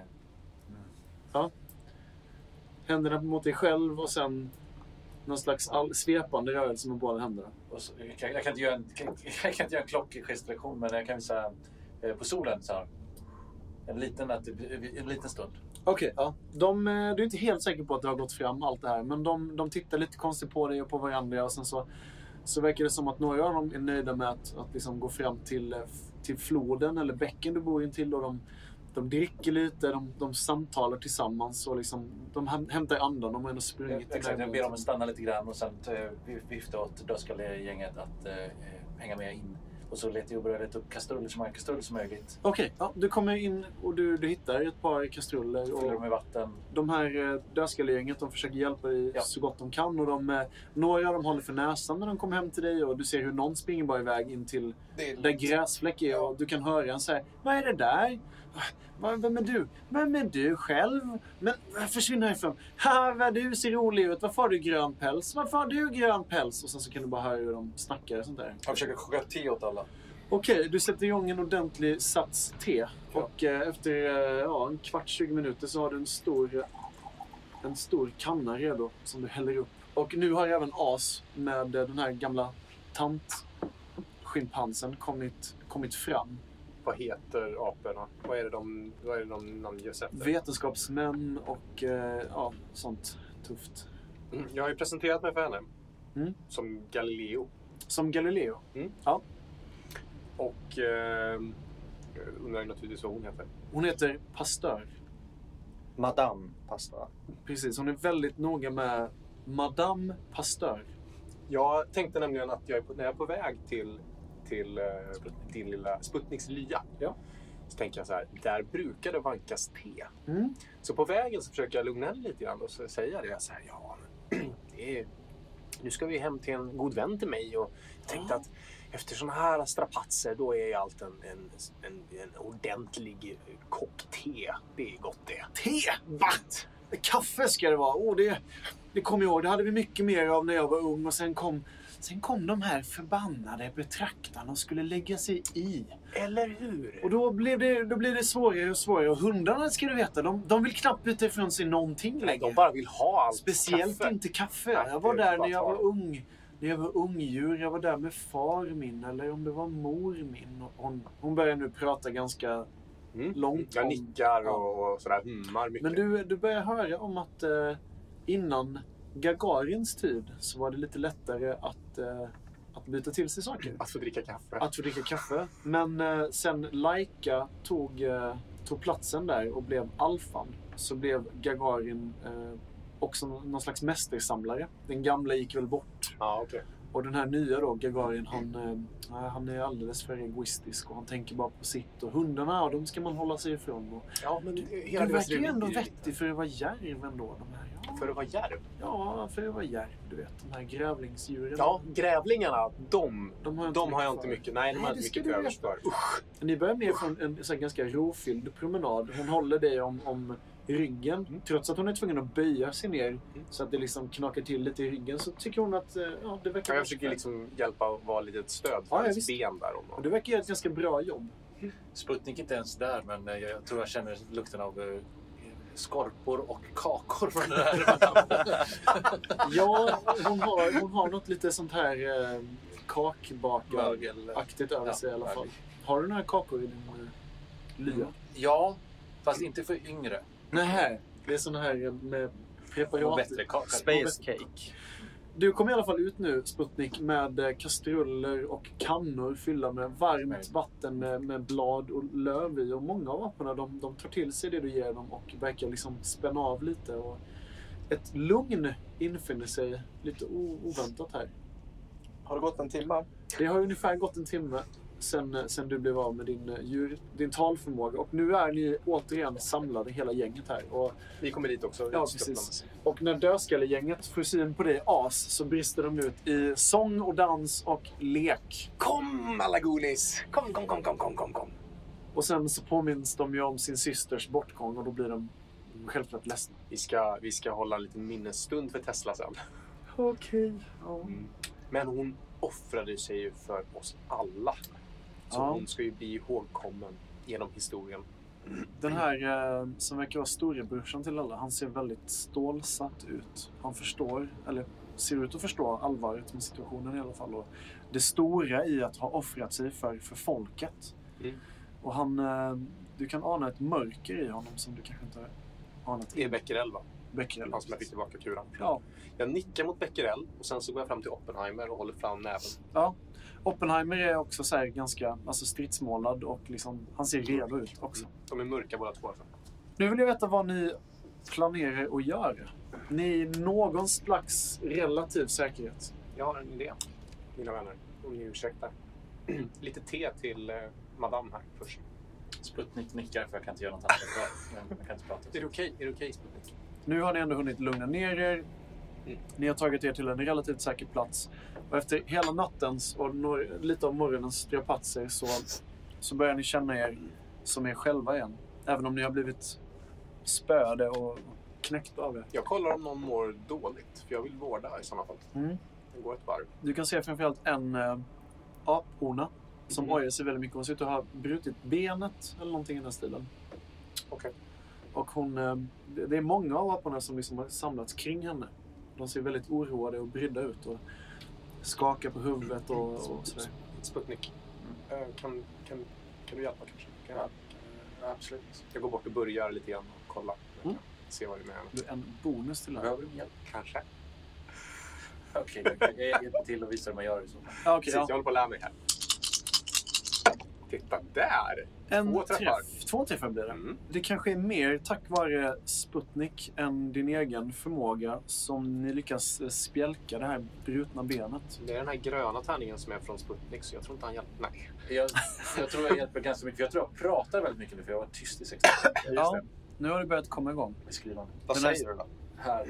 ja. Händerna mot dig själv och sen någon slags svepande rörelse med båda händerna. Och så, jag kan inte göra en klockgestikulation, men jag kan visa på solen så här. En liten stund. Okej, ja. Du är inte helt säker på att det har gått fram allt det här, men de tittar lite konstigt på dig och på varandra och sen så verkar det som att några av dem är nöjda med att liksom gå fram till floden eller bäcken du bor in till och de dricker lite, de samtalar tillsammans och liksom, de hämtar andan. De har ändå sprungit. Exakt, jag ber dem att stanna lite grann och sen vifta åt dödskallegänget att hänga med in. Och så letar jag och börjar leta upp kastruller som möjligt. Okej, ja, du kommer in och du hittar ett par kastruller. Fyller dem med vatten. De här dödskallegänget, de försöker hjälpa dig så gott de kan. Och några av dem håller för näsan när de kommer hem till dig. Och du ser hur någon springer bara iväg in till där gräsfläck är. Och du kan höra en säga, vad är det där? Vem är du? Vem är du själv? Men försvinn härifrån. Vad du ser rolig ut. Varför har du grön päls? Varför har du grön päls? Och sen så kan du bara höra hur de snackar och sånt där. Jag försöker koka te åt alla. Okej, du sätter igång en ordentlig sats te. Och efter en kvart, 20 minuter så har du en stor kanna redo som du häller upp. Och nu har även As med den här gamla tantschimpansen kommit fram. Vad heter aporna? Vad är det de namnges efter? Vetenskapsmän och sånt tufft. Jag har ju presenterat mig för henne. Mm. Som Galileo. Som Galileo? Mm. Ja. Och undrar naturligtvis vad hon heter. Hon heter Pasteur. Madame Pasteur. Precis, hon är väldigt noga med Madame Pasteur. Jag tänkte nämligen att när jag är på väg till din lilla Sputniks lya. Ja. Så tänker jag så här, där brukar det vankas te. Mm. Så på vägen så försöker jag lugna henne lite grann och så säger jag så här, nu ska vi hem till en god vän till mig och jag tänkte att efter såna här strapatser då är allt en ordentlig kopp te. Det är gott det. Te? Vad? Kaffe ska det vara. Det kommer jag ihåg. Det hade vi mycket mer av när jag var ung och sen kom de här förbannade betraktarna och skulle lägga sig i. Eller hur? Och då blev det svårare och svårare. Och hundarna, ska du veta, de vill knappt byta ifrån sig någonting längre. De bara vill ha allt. Speciellt kaffe. Inte kaffe. Nej, Jag var där när jag bara var ung. När jag var ungdjur. Jag var där med far min. Eller om det var mor min. Hon börjar nu prata ganska långt Jag om. nickar och sådär hummar mycket. Men du börjar höra om att innan Gagarins tid så var det lite lättare att byta till sig saker. Att få dricka kaffe. Att få dricka kaffe. Men sen Laika tog platsen där och blev alfan, så blev Gagarin också någon slags mästersamlare. Den gamla gick väl bort. Ja, okej. Och den här nya då, Gagarin, han är alldeles för egoistisk och han tänker bara på sitt. Och hundarna, de ska man hålla sig ifrån. Och Ja, men du hela deras verkar ju ändå revir vettig för att vara järv ändå. De här, ja. För att vara järv? Ja, för att vara järv, du vet. De här grävlingsdjuren. Ja, grävlingarna, de har jag inte för. mycket. Nej, de har Nej, inte det ska mycket du övers för. Ni börjar ner från en så här ganska rofylld promenad. Hon håller dig om ryggen. Trots att hon är tvungen att böja sig ner så att det liksom knakar till lite i ryggen, så tycker hon att det verkar... Jag försöker liksom hjälpa och vara lite ett stöd för Ja, hennes visst. ben där. Och det verkar göra ett ganska bra jobb. Sputnik är inte ens där, men jag tror jag känner lukten av skorpor och kakor från den här. Ja, hon har något lite sånt här kakbakaraktigt över sig i alla fall. Har du några kakor i din lya? Ja, fast inte för yngre. Nej, det är såna här med preparat. Och bättre kakor. Space cake. Du kommer i alla fall ut nu, Sputnik, med kastruller och kannor fyllda med varmt vatten med blad och löv i. Och många av aporna, de tar till sig det du ger dem och verkar liksom spänna av lite. Och ett lugn infinner sig lite oväntat här. Har det gått en timme? Det har ungefär gått en timme sen du blev av med din talförmåga. Och nu är ni återigen samlade, hela gänget här. Och Vi kommer dit också. ja, precis. Och när dödskallegänget får syn på dig as, så brister de ut i sång och dans och lek. Kom alla goonies! Kom. Och sen så påminns de ju om sin systers bortgång och då blir de självklart ledsna. Vi ska hålla en liten minnesstund för Tesla sen. Okej. Men hon offrade sig ju för oss alla. Så Ja. hon ska ju bli ihågkommen genom historien. Den här som verkar vara storebrorsan till alla, han ser väldigt stålsatt ut. Han förstår, eller ser ut att förstå allvaret med situationen i alla fall. Och det stora i att ha offrat sig för folket. Och du kan ana ett mörker i honom som du kanske inte har anat. Det är Becquerel, va? Becquerel. Han som jag fick tillbaka kulan. Ja. Jag nickar mot Becquerel och sen så går jag fram till Oppenheimer och håller fram näven. Ja. Oppenheimer är också så här ganska stridsmålad och liksom, han ser redo ut också. De är mörka båda två. Alltså. Nu vill jag veta vad ni planerar att göra. Ni är i någon slags relativ säkerhet. Jag har en idé, mina vänner. Om ni ursäktar. Lite te till madame här först. Sputnik nickar för jag kan inte göra något annat. Jag kan inte prata. Är det okej, Sputnik? Nu har ni ändå hunnit lugna ner er. Ni har tagit er till en relativt säker plats. Och efter hela nattens och lite av morgonens strapatser så börjar ni känna er som er själva igen. Även om ni har blivit spöade och knäckt av det. Jag kollar om någon mår dåligt, för jag vill vårda i sådana fall. Det går ett varv. Du kan se framförallt en aphona som ojar sig väldigt mycket. Hon ser ut att ha brutit benet eller någonting i den stilen. Okej. Och det är många av aporna som liksom har samlats kring henne. De ser väldigt oroade och brydda ut och skakar på huvudet och sådär. Sputnik. Kan du hjälpa kanske? Absolut. Jag går bort och börjar lite grann och kollar. Se vad det är med henne. Det är en bonus till det här. Behöver du hjälp? Kanske. Okej, jag hjälper till och visar hur man gör det. Så. Ja, okej, Precis, ja. jag håller på att lära mig här. Titta där! En 2 träffar. 2 träffar blir det. Det kanske är mer tack vare Sputnik än din egen förmåga som ni lyckas spjälka det här brutna benet. Det är den här gröna tärningen som är från Sputnik, så jag tror inte han hjälper. Nej. Jag tror jag hjälper ganska mycket. För jag tror jag pratar väldigt mycket nu, för jag var tyst i 60 år. Ja, nu har du börjat komma igång. Beskrivande. Vad säger du då? Här.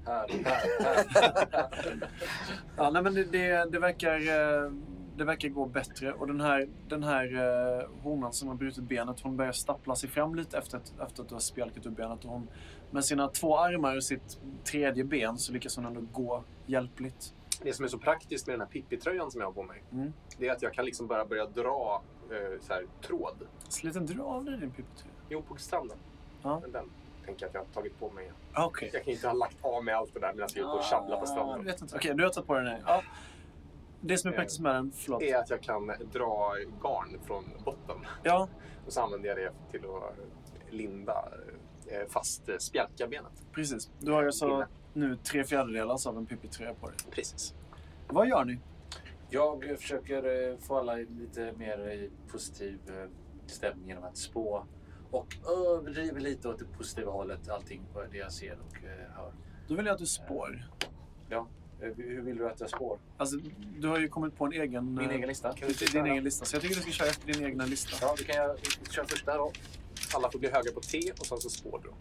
Ja, nej, men det verkar gå bättre. Och den här honan som har brutit benet, hon börjar stappla sig fram lite efter att du har spjälkat ur benet. Och hon, med sina 2 armar och sitt 3:e ben så lyckas hon ändå gå hjälpligt. Det som är så praktiskt med den här Pippi-tröjan som jag har på mig, det är att jag kan liksom bara börja dra så här, tråd. Slita inte du av dig din Pippi-tröja? Jo, på stranden. Ja. Men den tänker jag att jag har tagit på mig. Okej. Jag kan inte ha lagt av med allt det där medan jag är på och tjabblar på Jag stranden. vet inte. Okej, du har tagit på den här. Ja. Det som är praktiskt med den, förlåt. är att jag kan dra garn från botten. Ja, Och så använder jag det till att linda fast spjälkabenet. precis. Du har ju alltså nu 3/4 av en Pippi-tröja på dig. Precis. Vad gör ni? Jag försöker få alla lite mer i positiv stämning genom att spå och överdriver lite åt det positiva hållet allting på det jag ser och hör. Då vill jag att du spår. Ja, hur vill du att jag spår? Alltså, du har ju kommit på en egen... Min egen lista? Din egen lista. Så jag tycker du ska köra efter din egna lista. Ja, det kan jag köra första då. Alla får bli höga på T och sen så spår du.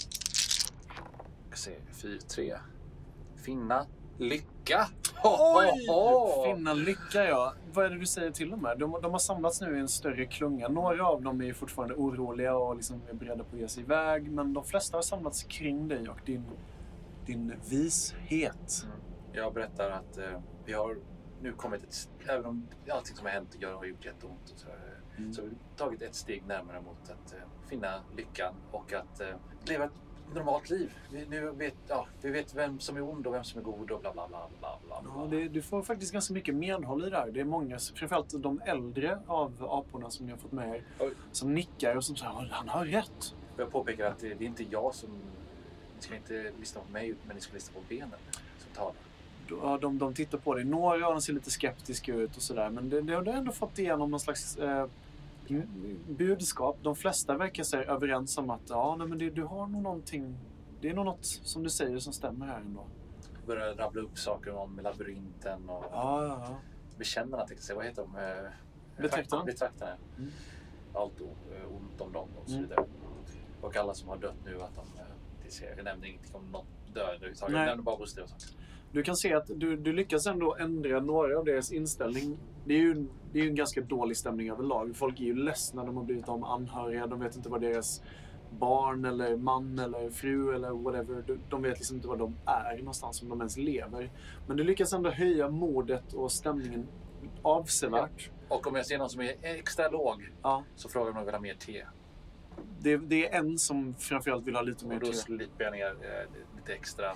Jag ser 4-3. Finna lycka. Oj! Finna lycka, ja. Vad är det du säger till dem här? De har samlats nu i en större klunga. Några av dem är fortfarande oroliga och liksom är beredda på att ge sig iväg. Men de flesta har samlats kring dig och din vishet. Jag berättar att vi har nu kommit även om allting som har hänt har gjort jätteont så har vi tagit ett steg närmare mot att finna lyckan och att leva ett normalt liv. Vi vet vem som är ond och vem som är god och bla bla bla bla bla. Ja, du får faktiskt ganska mycket medhåll i det här. Det är många, framförallt de äldre av aporna som ni har fått med er, som nickar och som säger han har rätt. Jag påpekar att det är inte jag som... Ni ska inte lyssna på mig, men ni ska lyssna på benen som talar. Ja, de tittar på dig. Några av dem ser lite skeptiska ut och sådär. Men det har ändå fått igenom någon slags budskap. De flesta verkar säga överens om att du har nog någonting. Det är nog något som du säger som stämmer här ändå. Börjar rabbla upp saker om labyrinten och bekännarna, tänkte jag säga. Vad heter de? Betraktarna. Allt ont om dem och så vidare. Och alla som har dött nu, att jag nämnde ingenting om något död. Jag nämnde bara positiva saker. Du kan se att du lyckas ändå ändra några av deras inställning. Det är ju en ganska dålig stämning överlag. Folk är ju ledsna, de har blivit om anhöriga. De vet inte vad deras barn eller man eller fru eller whatever. De vet liksom inte vad de är någonstans, om de ens lever. Men du lyckas ändå höja modet och stämningen avsevärt. Och om jag ser någon som är extra låg så frågar jag om de vill ha mer te. Det är en som framförallt vill ha lite mer te. Och då slipper jag ner lite extra...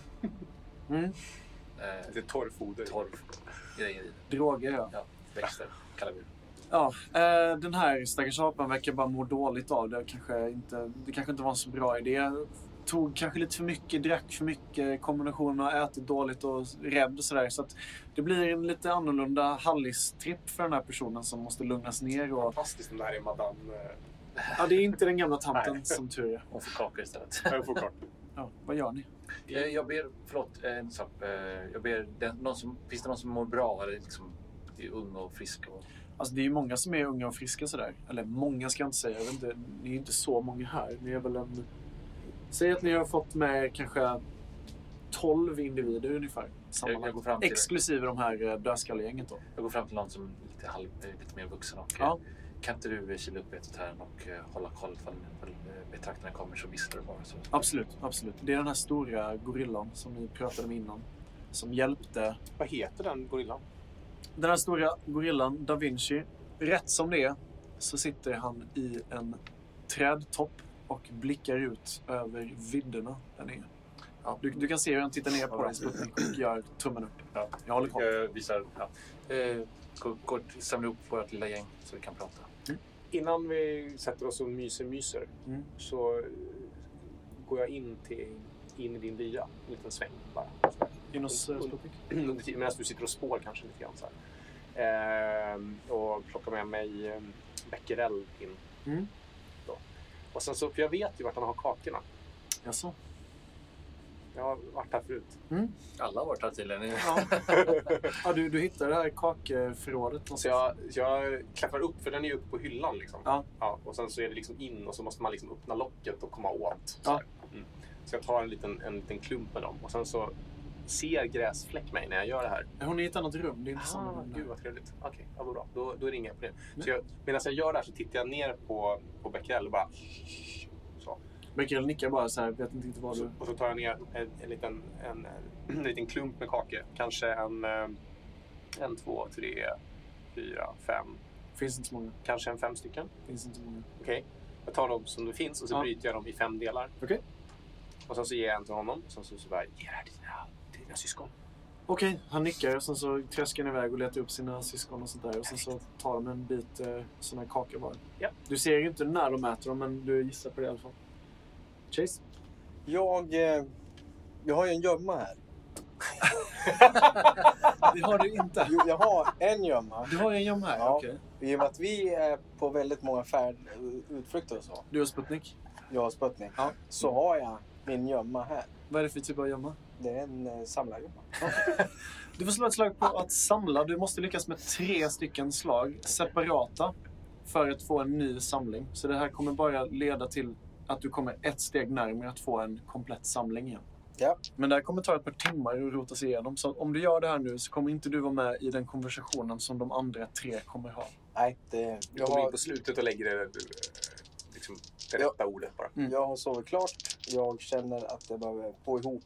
Lite torrfoder. Grejer i. Droger, ja. Växter, kallar vi det. Ja, den här stackars apan verkar bara må dåligt av det. Det kanske inte var en så bra idé. Tog kanske lite för mycket, drack för mycket, kombinationen har ätit dåligt och rädd och sådär. Så att det blir en lite annorlunda hallistripp för den här personen som måste lugnas ner. Och... Fantastiskt, den där är madame... Ja, det är inte den gamla tanten som tur är. Hon får kakor istället. Jag får kakor. Ja, vad gör ni? Jag ber, en sak. Jag ber, finns det någon som mår bra eller liksom är ung och frisk? Alltså det är ju många som är unga och friska sådär. Eller många ska jag inte säga. Jag vet inte, ni är inte så många här. Ni är väl säg att ni har fått med kanske 12 individer ungefär. Jag går fram till... Exklusive de här dödskallegänget då. Jag går fram till någon som är lite mer vuxen och kan inte du kila upp ett här och hålla koll ifall betraktarna kommer så visste du bara. Så. Absolut. Det är den här stora gorillan som ni pratade om innan. Som hjälpte... Vad heter den gorillan? Den här stora gorillan, Da Vinci. Rätt som det är så sitter han i en trädtopp och blickar ut över vidderna där nere. Ja, du kan se hur han tittar ner på dig och gör tummen upp. Ja, jag håller koll. Jag visar. Gå samla ihop vårt lilla gäng så vi kan prata. Innan vi sätter oss och myser så går jag in i din lya. En liten sväng bara. In hos Sputnik? Medan du sitter och spår kanske lite grann så här. Och plockar med mig Becquerel in. Då. Och sen så, för jag vet ju vart han har kakorna. Jaså? Jag har varit här förut. Alla har varit här tydligen. Ja, du hittar det här kakförrådet. Så jag klappar upp, för den är ju uppe på hyllan liksom. Ja. Och sen så är det liksom in och så måste man liksom öppna locket och komma åt. Ja. Så jag tar en liten klump med dem och sen så ser Gräsfläck mig när jag gör det här. Hon är i ett annat rum, det är inte samma rum. Gud vad trevligt. Okej, vad bra. Då är det inga problem. Så medan jag gör det här så tittar jag ner på Becquerel och bara... Så. Becquerel nickar bara så här, vet inte riktigt vad du... Och så tar jag ner en liten klump med kakor. Kanske en, 2, 3, 4, 5. Finns inte så många. Kanske 5 stycken. Finns inte så många. Okej. Jag tar dem som det finns och så bryter jag dem i 5 delar. Okej. Och sen så ger jag en till honom. Och sen så bara, ge det här till dina syskon. Okej, han nickar och sen så träskar han iväg och letar upp sina syskon och sånt där. Och sen så tar de en bit sån här kaka bara. Ja. Du ser ju inte när de äter dem, men du gissar på det i alla fall. Chase? Jag har ju en gömma här. Det har du inte. Jo, jag har en gömma. Du har en gömma här, Ja. okej. I och med att vi är på väldigt många utflykter och så. Du har Sputnik. Jag har Sputnik. Ja. Så har jag min gömma här. Vad är det för typ av gömma? Det är en samlargömma. Du får slå ett slag på att samla. Du måste lyckas med 3 stycken slag separata för att få en ny samling. Så det här kommer bara leda till att du kommer ett steg närmare att få en komplett samling igen. Ja. Men det här kommer ta ett par timmar att rota sig igenom. Så om du gör det här nu så kommer inte du vara med i den konversationen som de andra 3 kommer ha. Nej, Jag kommer in på slutet och lägger det, liksom, det rätta ordet bara. Jag har sovit klart. Jag känner att jag behöver få ihop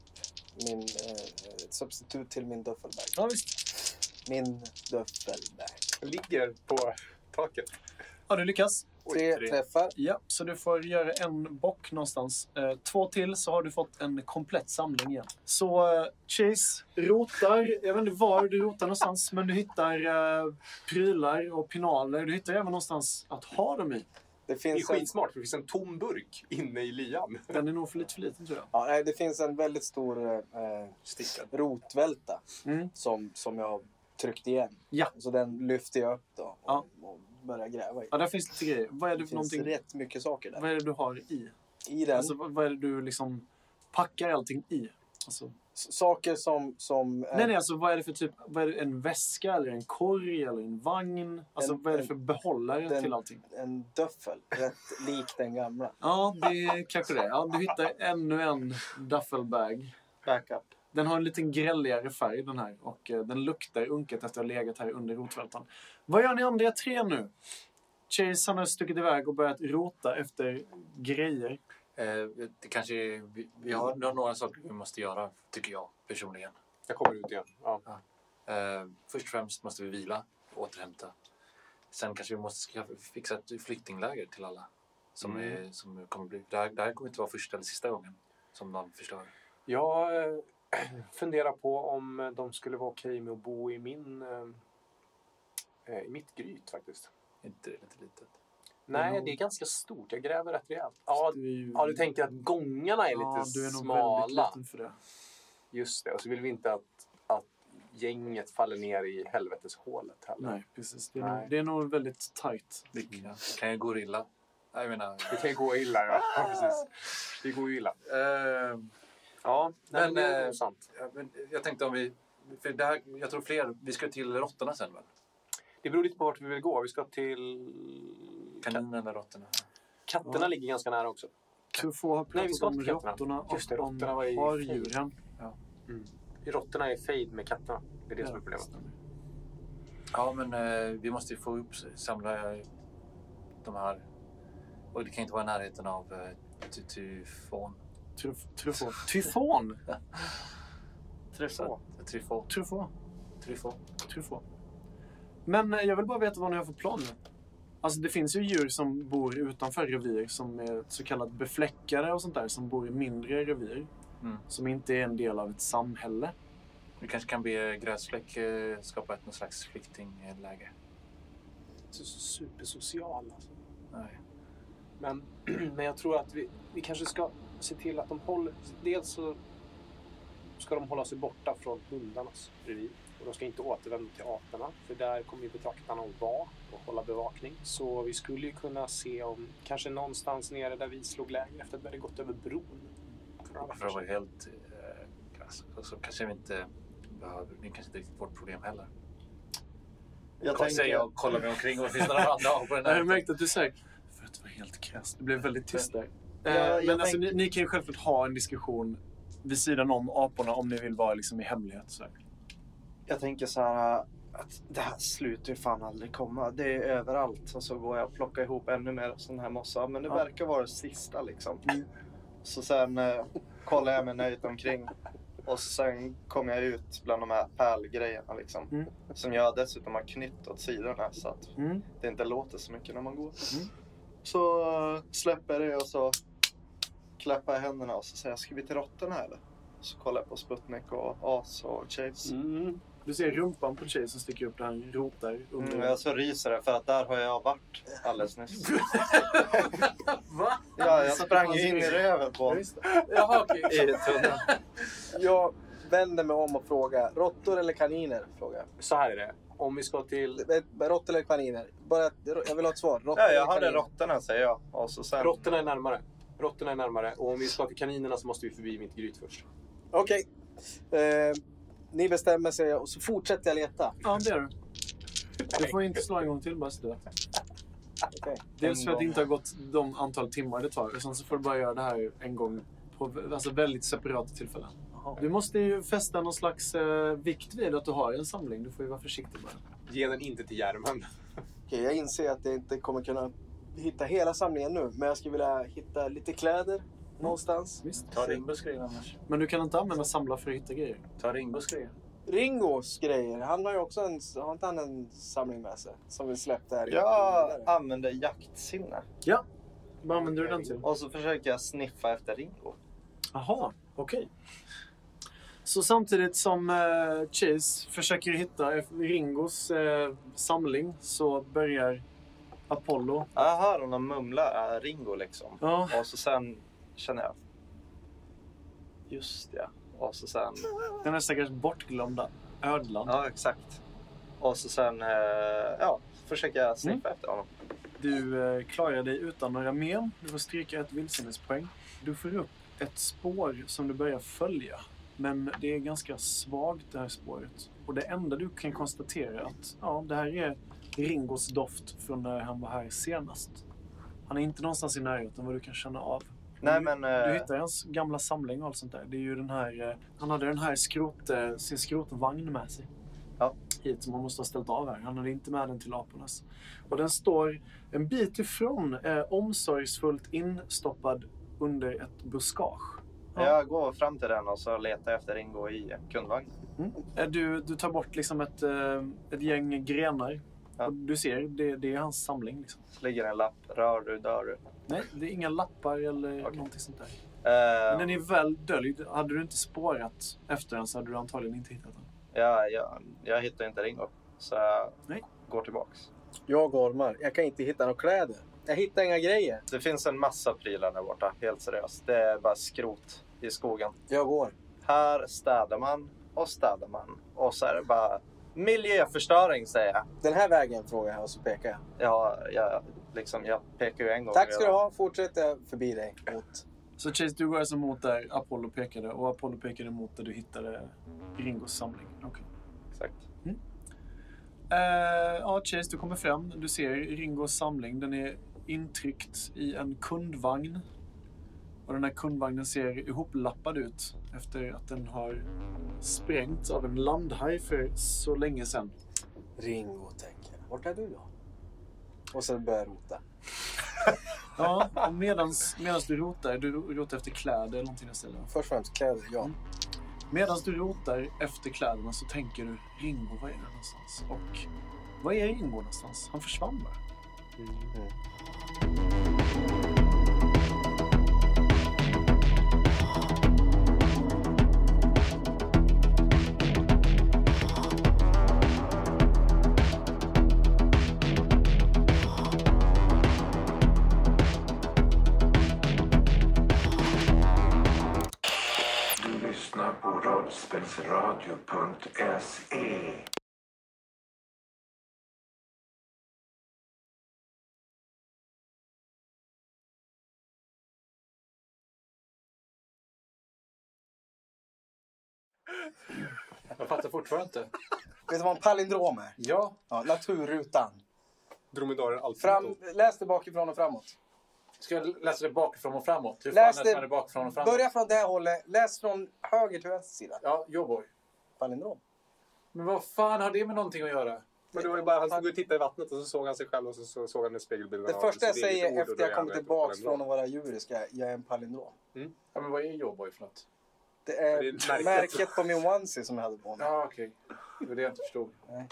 ett substitut till min duffelbag. Ja, visst. Min duffelbag. Ligger på taket. Ja, du lyckas. 3 träffar. Ja, så du får göra en bock någonstans. 2 till så har du fått en komplett samling igen. Så Chase rotar, jag vet inte var du rotar någonstans, men du hittar prylar och pinaler. Du hittar även någonstans att ha dem i. Det Det är finns skitsmart för det finns en tom burk inne i lyan. Den är nog för liten tror jag. Ja, nej, det finns en väldigt stor Stickad. rotvälta Mm. som jag har tryckt igen. Ja. Så den lyfter jag upp då Ja. och börjar gräva i. Ja, där finns lite grejer. Vad är det Det för finns någonting? rätt mycket saker där. Vad är det du har i? I den, Alltså, vad är det du liksom packar allting i? Alltså, saker som nej, alltså vad är det för typ? Vad är det, en väska eller en korg eller en vagn? Alltså vad är det för behållare till allting? en duffel, rätt lik den gamla. Ja, det är kanske det. Ja, du hittar ännu en duffelbag. Backup. Den har en liten grälligare färg den här och den luktar unket efter att ha legat här under rotvältan. Vad gör ni andra 3 nu? Chase han har stuckit iväg och börjat rota efter grejer. Det kanske vi har några saker vi måste göra, tycker jag personligen. Jag kommer ut igen. Ja. Först och främst måste vi vila och återhämta. Sen kanske vi måste fixa ett flyktingläger till alla. Som kommer bli. Det här kommer inte vara första eller sista gången som de förstör. Jag funderar på om de skulle vara okej med att bo i mitt gryt faktiskt. Inte lite litet. Nej, det är ganska stort. Jag gräver rätt rejält. Ja, du tänker att gångarna är lite du är nog smala. väldigt liten för det. Just det. Och så vill vi inte att gänget faller ner i helveteshålet heller. Nej, precis. Det är nog väldigt tajt. Det kan ju gå illa. Jag menar... Det kan ju gå illa, ja. Ja, precis. Det går ju illa. Ja, men det är sant. Jag tänkte om vi... För det här, jag tror vi ska till råttorna sen väl? Det beror lite på vart vi vill gå. Vi ska till... Kaninen eller råttorna. Katterna ligger ganska nära också. Truffaut har Nej, vi pratat ska om till katterna. råttorna Just det, och om råttorna var i hardjuren. Ja. Råttorna är fade med katterna. Det är det som är problemet. Ja, men vi måste ju få samla de här. Och det kan inte vara i närheten av tyfon. Truffaut. Tyfon? Truffaut. Men jag vill bara veta vad ni har för plan nu. Alltså det finns ju djur som bor utanför revir som är så kallat befläckade och sånt där. Som bor i mindre revir. Som inte är en del av ett samhälle. Vi kanske kan be Gräsfläck skapa någon slags flyktingläge. Supersocial alltså. Nej. Men jag tror att vi kanske ska se till att de håller... Dels så ska de hålla sig borta från hundarnas revir. Och de ska inte återvända till aporna. För där kommer ju betraktarna att vara och hålla bevakning. Så vi skulle ju kunna se om kanske någonstans nere där vi slog läger efter att vi hade gått över bron. För att vara helt krass. Så kanske vi inte behöver... Det är kanske inte riktigt vårt problem heller. Jag kollar mig omkring och det finns några andra på den här. Jag märkte att du säger för att vara helt krass. Det blev väldigt tyst där. jag alltså, ni kan ju självklart ha en diskussion vid sidan om aporna om ni vill vara liksom i hemlighet. Så. Jag tänker så här att det här slutar ju fan aldrig komma. Det är överallt. Och så går jag och plockar ihop ännu mer sån här mossa. Men det verkar vara det sista liksom. Så sen kollar jag mig nöjt omkring. Och sen kommer jag ut bland de här pärlgrejerna liksom. Som jag dessutom har knytt åt sidorna så att det inte låter så mycket när man går. Så släpper jag det och så klappar jag händerna och så säger jag, ska vi till råttorna eller? Så kollar jag på Sputnik och As och Chase. Du ser rumpan på Chase som sticker upp där han rotar under. Jag så ryser det för att där har jag varit alldeles nyss. Va? Ja, jag sprang in i röven på Jaha, okej. i tunneln. Jag vänder mig om och frågar. Råttor eller kaniner? Frågar. Så här är det. Om vi ska till... Råttor eller kaniner? Bara, jag vill ha ett svar. Råttor Ja, jag eller hörde kaniner? råttorna säger jag. Och så sen... Råttorna är närmare. Råttorna är närmare. Och om vi ska till kaninerna så måste vi förbi mitt gryt först. Okej. Ni bestämmer sig och så fortsätter jag leta. Ja, det gör du. Du får inte slå en gång till bara så du vet. Okay. Dels för att det inte har gått de antal timmar det tar. Och sen så får du bara göra det här en gång på alltså väldigt separata tillfällen. Du måste ju fästa någon slags vikt vid att du har en samling. Du får ju vara försiktig bara. Ge den inte till järmen. Okej, jag inser att jag inte kommer kunna hitta hela samlingen nu. Men jag skulle vilja hitta lite kläder någonstans. Visst. Ta Ringos grejer annars. Men du kan inte använda samla för att hitta grejer. Ta Ringos grejer. Ringos grejer. Han har ju också har inte han en samling med sig? Som vi släppte här. Jag använder jaktsinne. Ja. Vad använder du den till? Och så försöker jag sniffa efter Ringo. Jaha, okej. Så samtidigt som Chase försöker hitta Ringos samling så börjar Apollo. Jag hör honom mumla Ringo liksom. Ja. Och så sen känner jag. Just ja. Och så sen. Den är säkert bortglömda ödlan. Ja, exakt. Och så sen försöker jag sniffa efter honom. Du klarar dig utan några men. Du får stryka ett vilsenhetspoäng. Du får upp ett spår som du börjar följa. Men det är ganska svagt det här spåret. Och det enda du kan konstatera är att det här är Ringos doft från när han var här senast. Han är inte någonstans i närheten vad du kan känna av. Nej, men... Du hittar hans gamla samling och allt sånt där. Det är ju den här... han hade den här sin skrotvagn med sig. Ja. Hit som han måste ha ställt av här. Han hade inte med den till apornas. Och den står en bit ifrån omsorgsfullt instoppad under ett buskage. Ja. Jag går fram till den och så letar jag efter Ringo i kundvagnen. Du tar bort liksom ett gäng grenar. Ja. Och du ser, det är hans samling. Liksom. Så ligger en lapp. Rör du, dör du. Nej, det är inga lappar eller någonting sånt där. Men den är väl döljd. Hade du inte spårat efter den så hade du antagligen inte hittat den. Jag hittar inte Ringo. Så jag går tillbaks. Jag ormar. Jag kan inte hitta några kläder. Jag hittar inga grejer. Det finns en massa prylar där borta. Helt seriöst. Det är bara skrot i skogen. Jag går. Här städar man och städar man. Och så är det bara miljöförstöring säger jag. Den här vägen frågar jag och så pekar jag. Jag pekar ju en gång. Tack ska du ha. Fortsätter jag förbi dig mot... Så Chase, du går alltså mot där Apollo pekade. Och Apollo pekade mot där du hittade Ringos samling. Okej. Exakt. Chase, du kommer fram. Du ser Ringos samling. Den är intryckt i en kundvagn. Och den här kundvagnen ser ihoplappad ut efter att den har sprängts av en landhaj för så länge sedan. Ringo, tänker jag. Vart är du då? Och sen börjar jag rota. Ja, och medans du rotar efter kläder eller någonting istället. Först och främst kläder, ja. Medan du rotar efter kläderna så tänker du, Ringo, var är det någonstans? Och var är Ringo någonstans? Han försvann bara. Du lyssnar på rollspelsradio.se. Jag fattar fortfarande inte. Vet du vad en palindrom är? Ja. Ja, naturrutan. Dromedaren Läs det bakifrån och framåt. Ska jag läsa det bakifrån och framåt? Hur Läs fan läser man det bakifrån och framåt? Börja från det här hållet. Läs från höger till vänster sida. Ja, Joboy. Palindrom. Men vad fan har det med någonting att göra? Men det var ju bara, han stod och tittade i vattnet och så såg han sig själv och så såg han en spegelbild. Det första jag säger efter jag kommer tillbaka från att vara djuriska, jag är en palindrom. Ja, men vad är Joboy för något? Det är märket på min onesie som jag hade på mig. Ja, okej. Det var det jag inte förstod. Nej.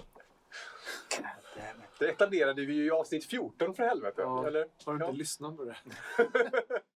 Det etablerade vi ju i avsnitt 14 för helvete. Ja. Eller? Har du inte Ja. lyssnat på det?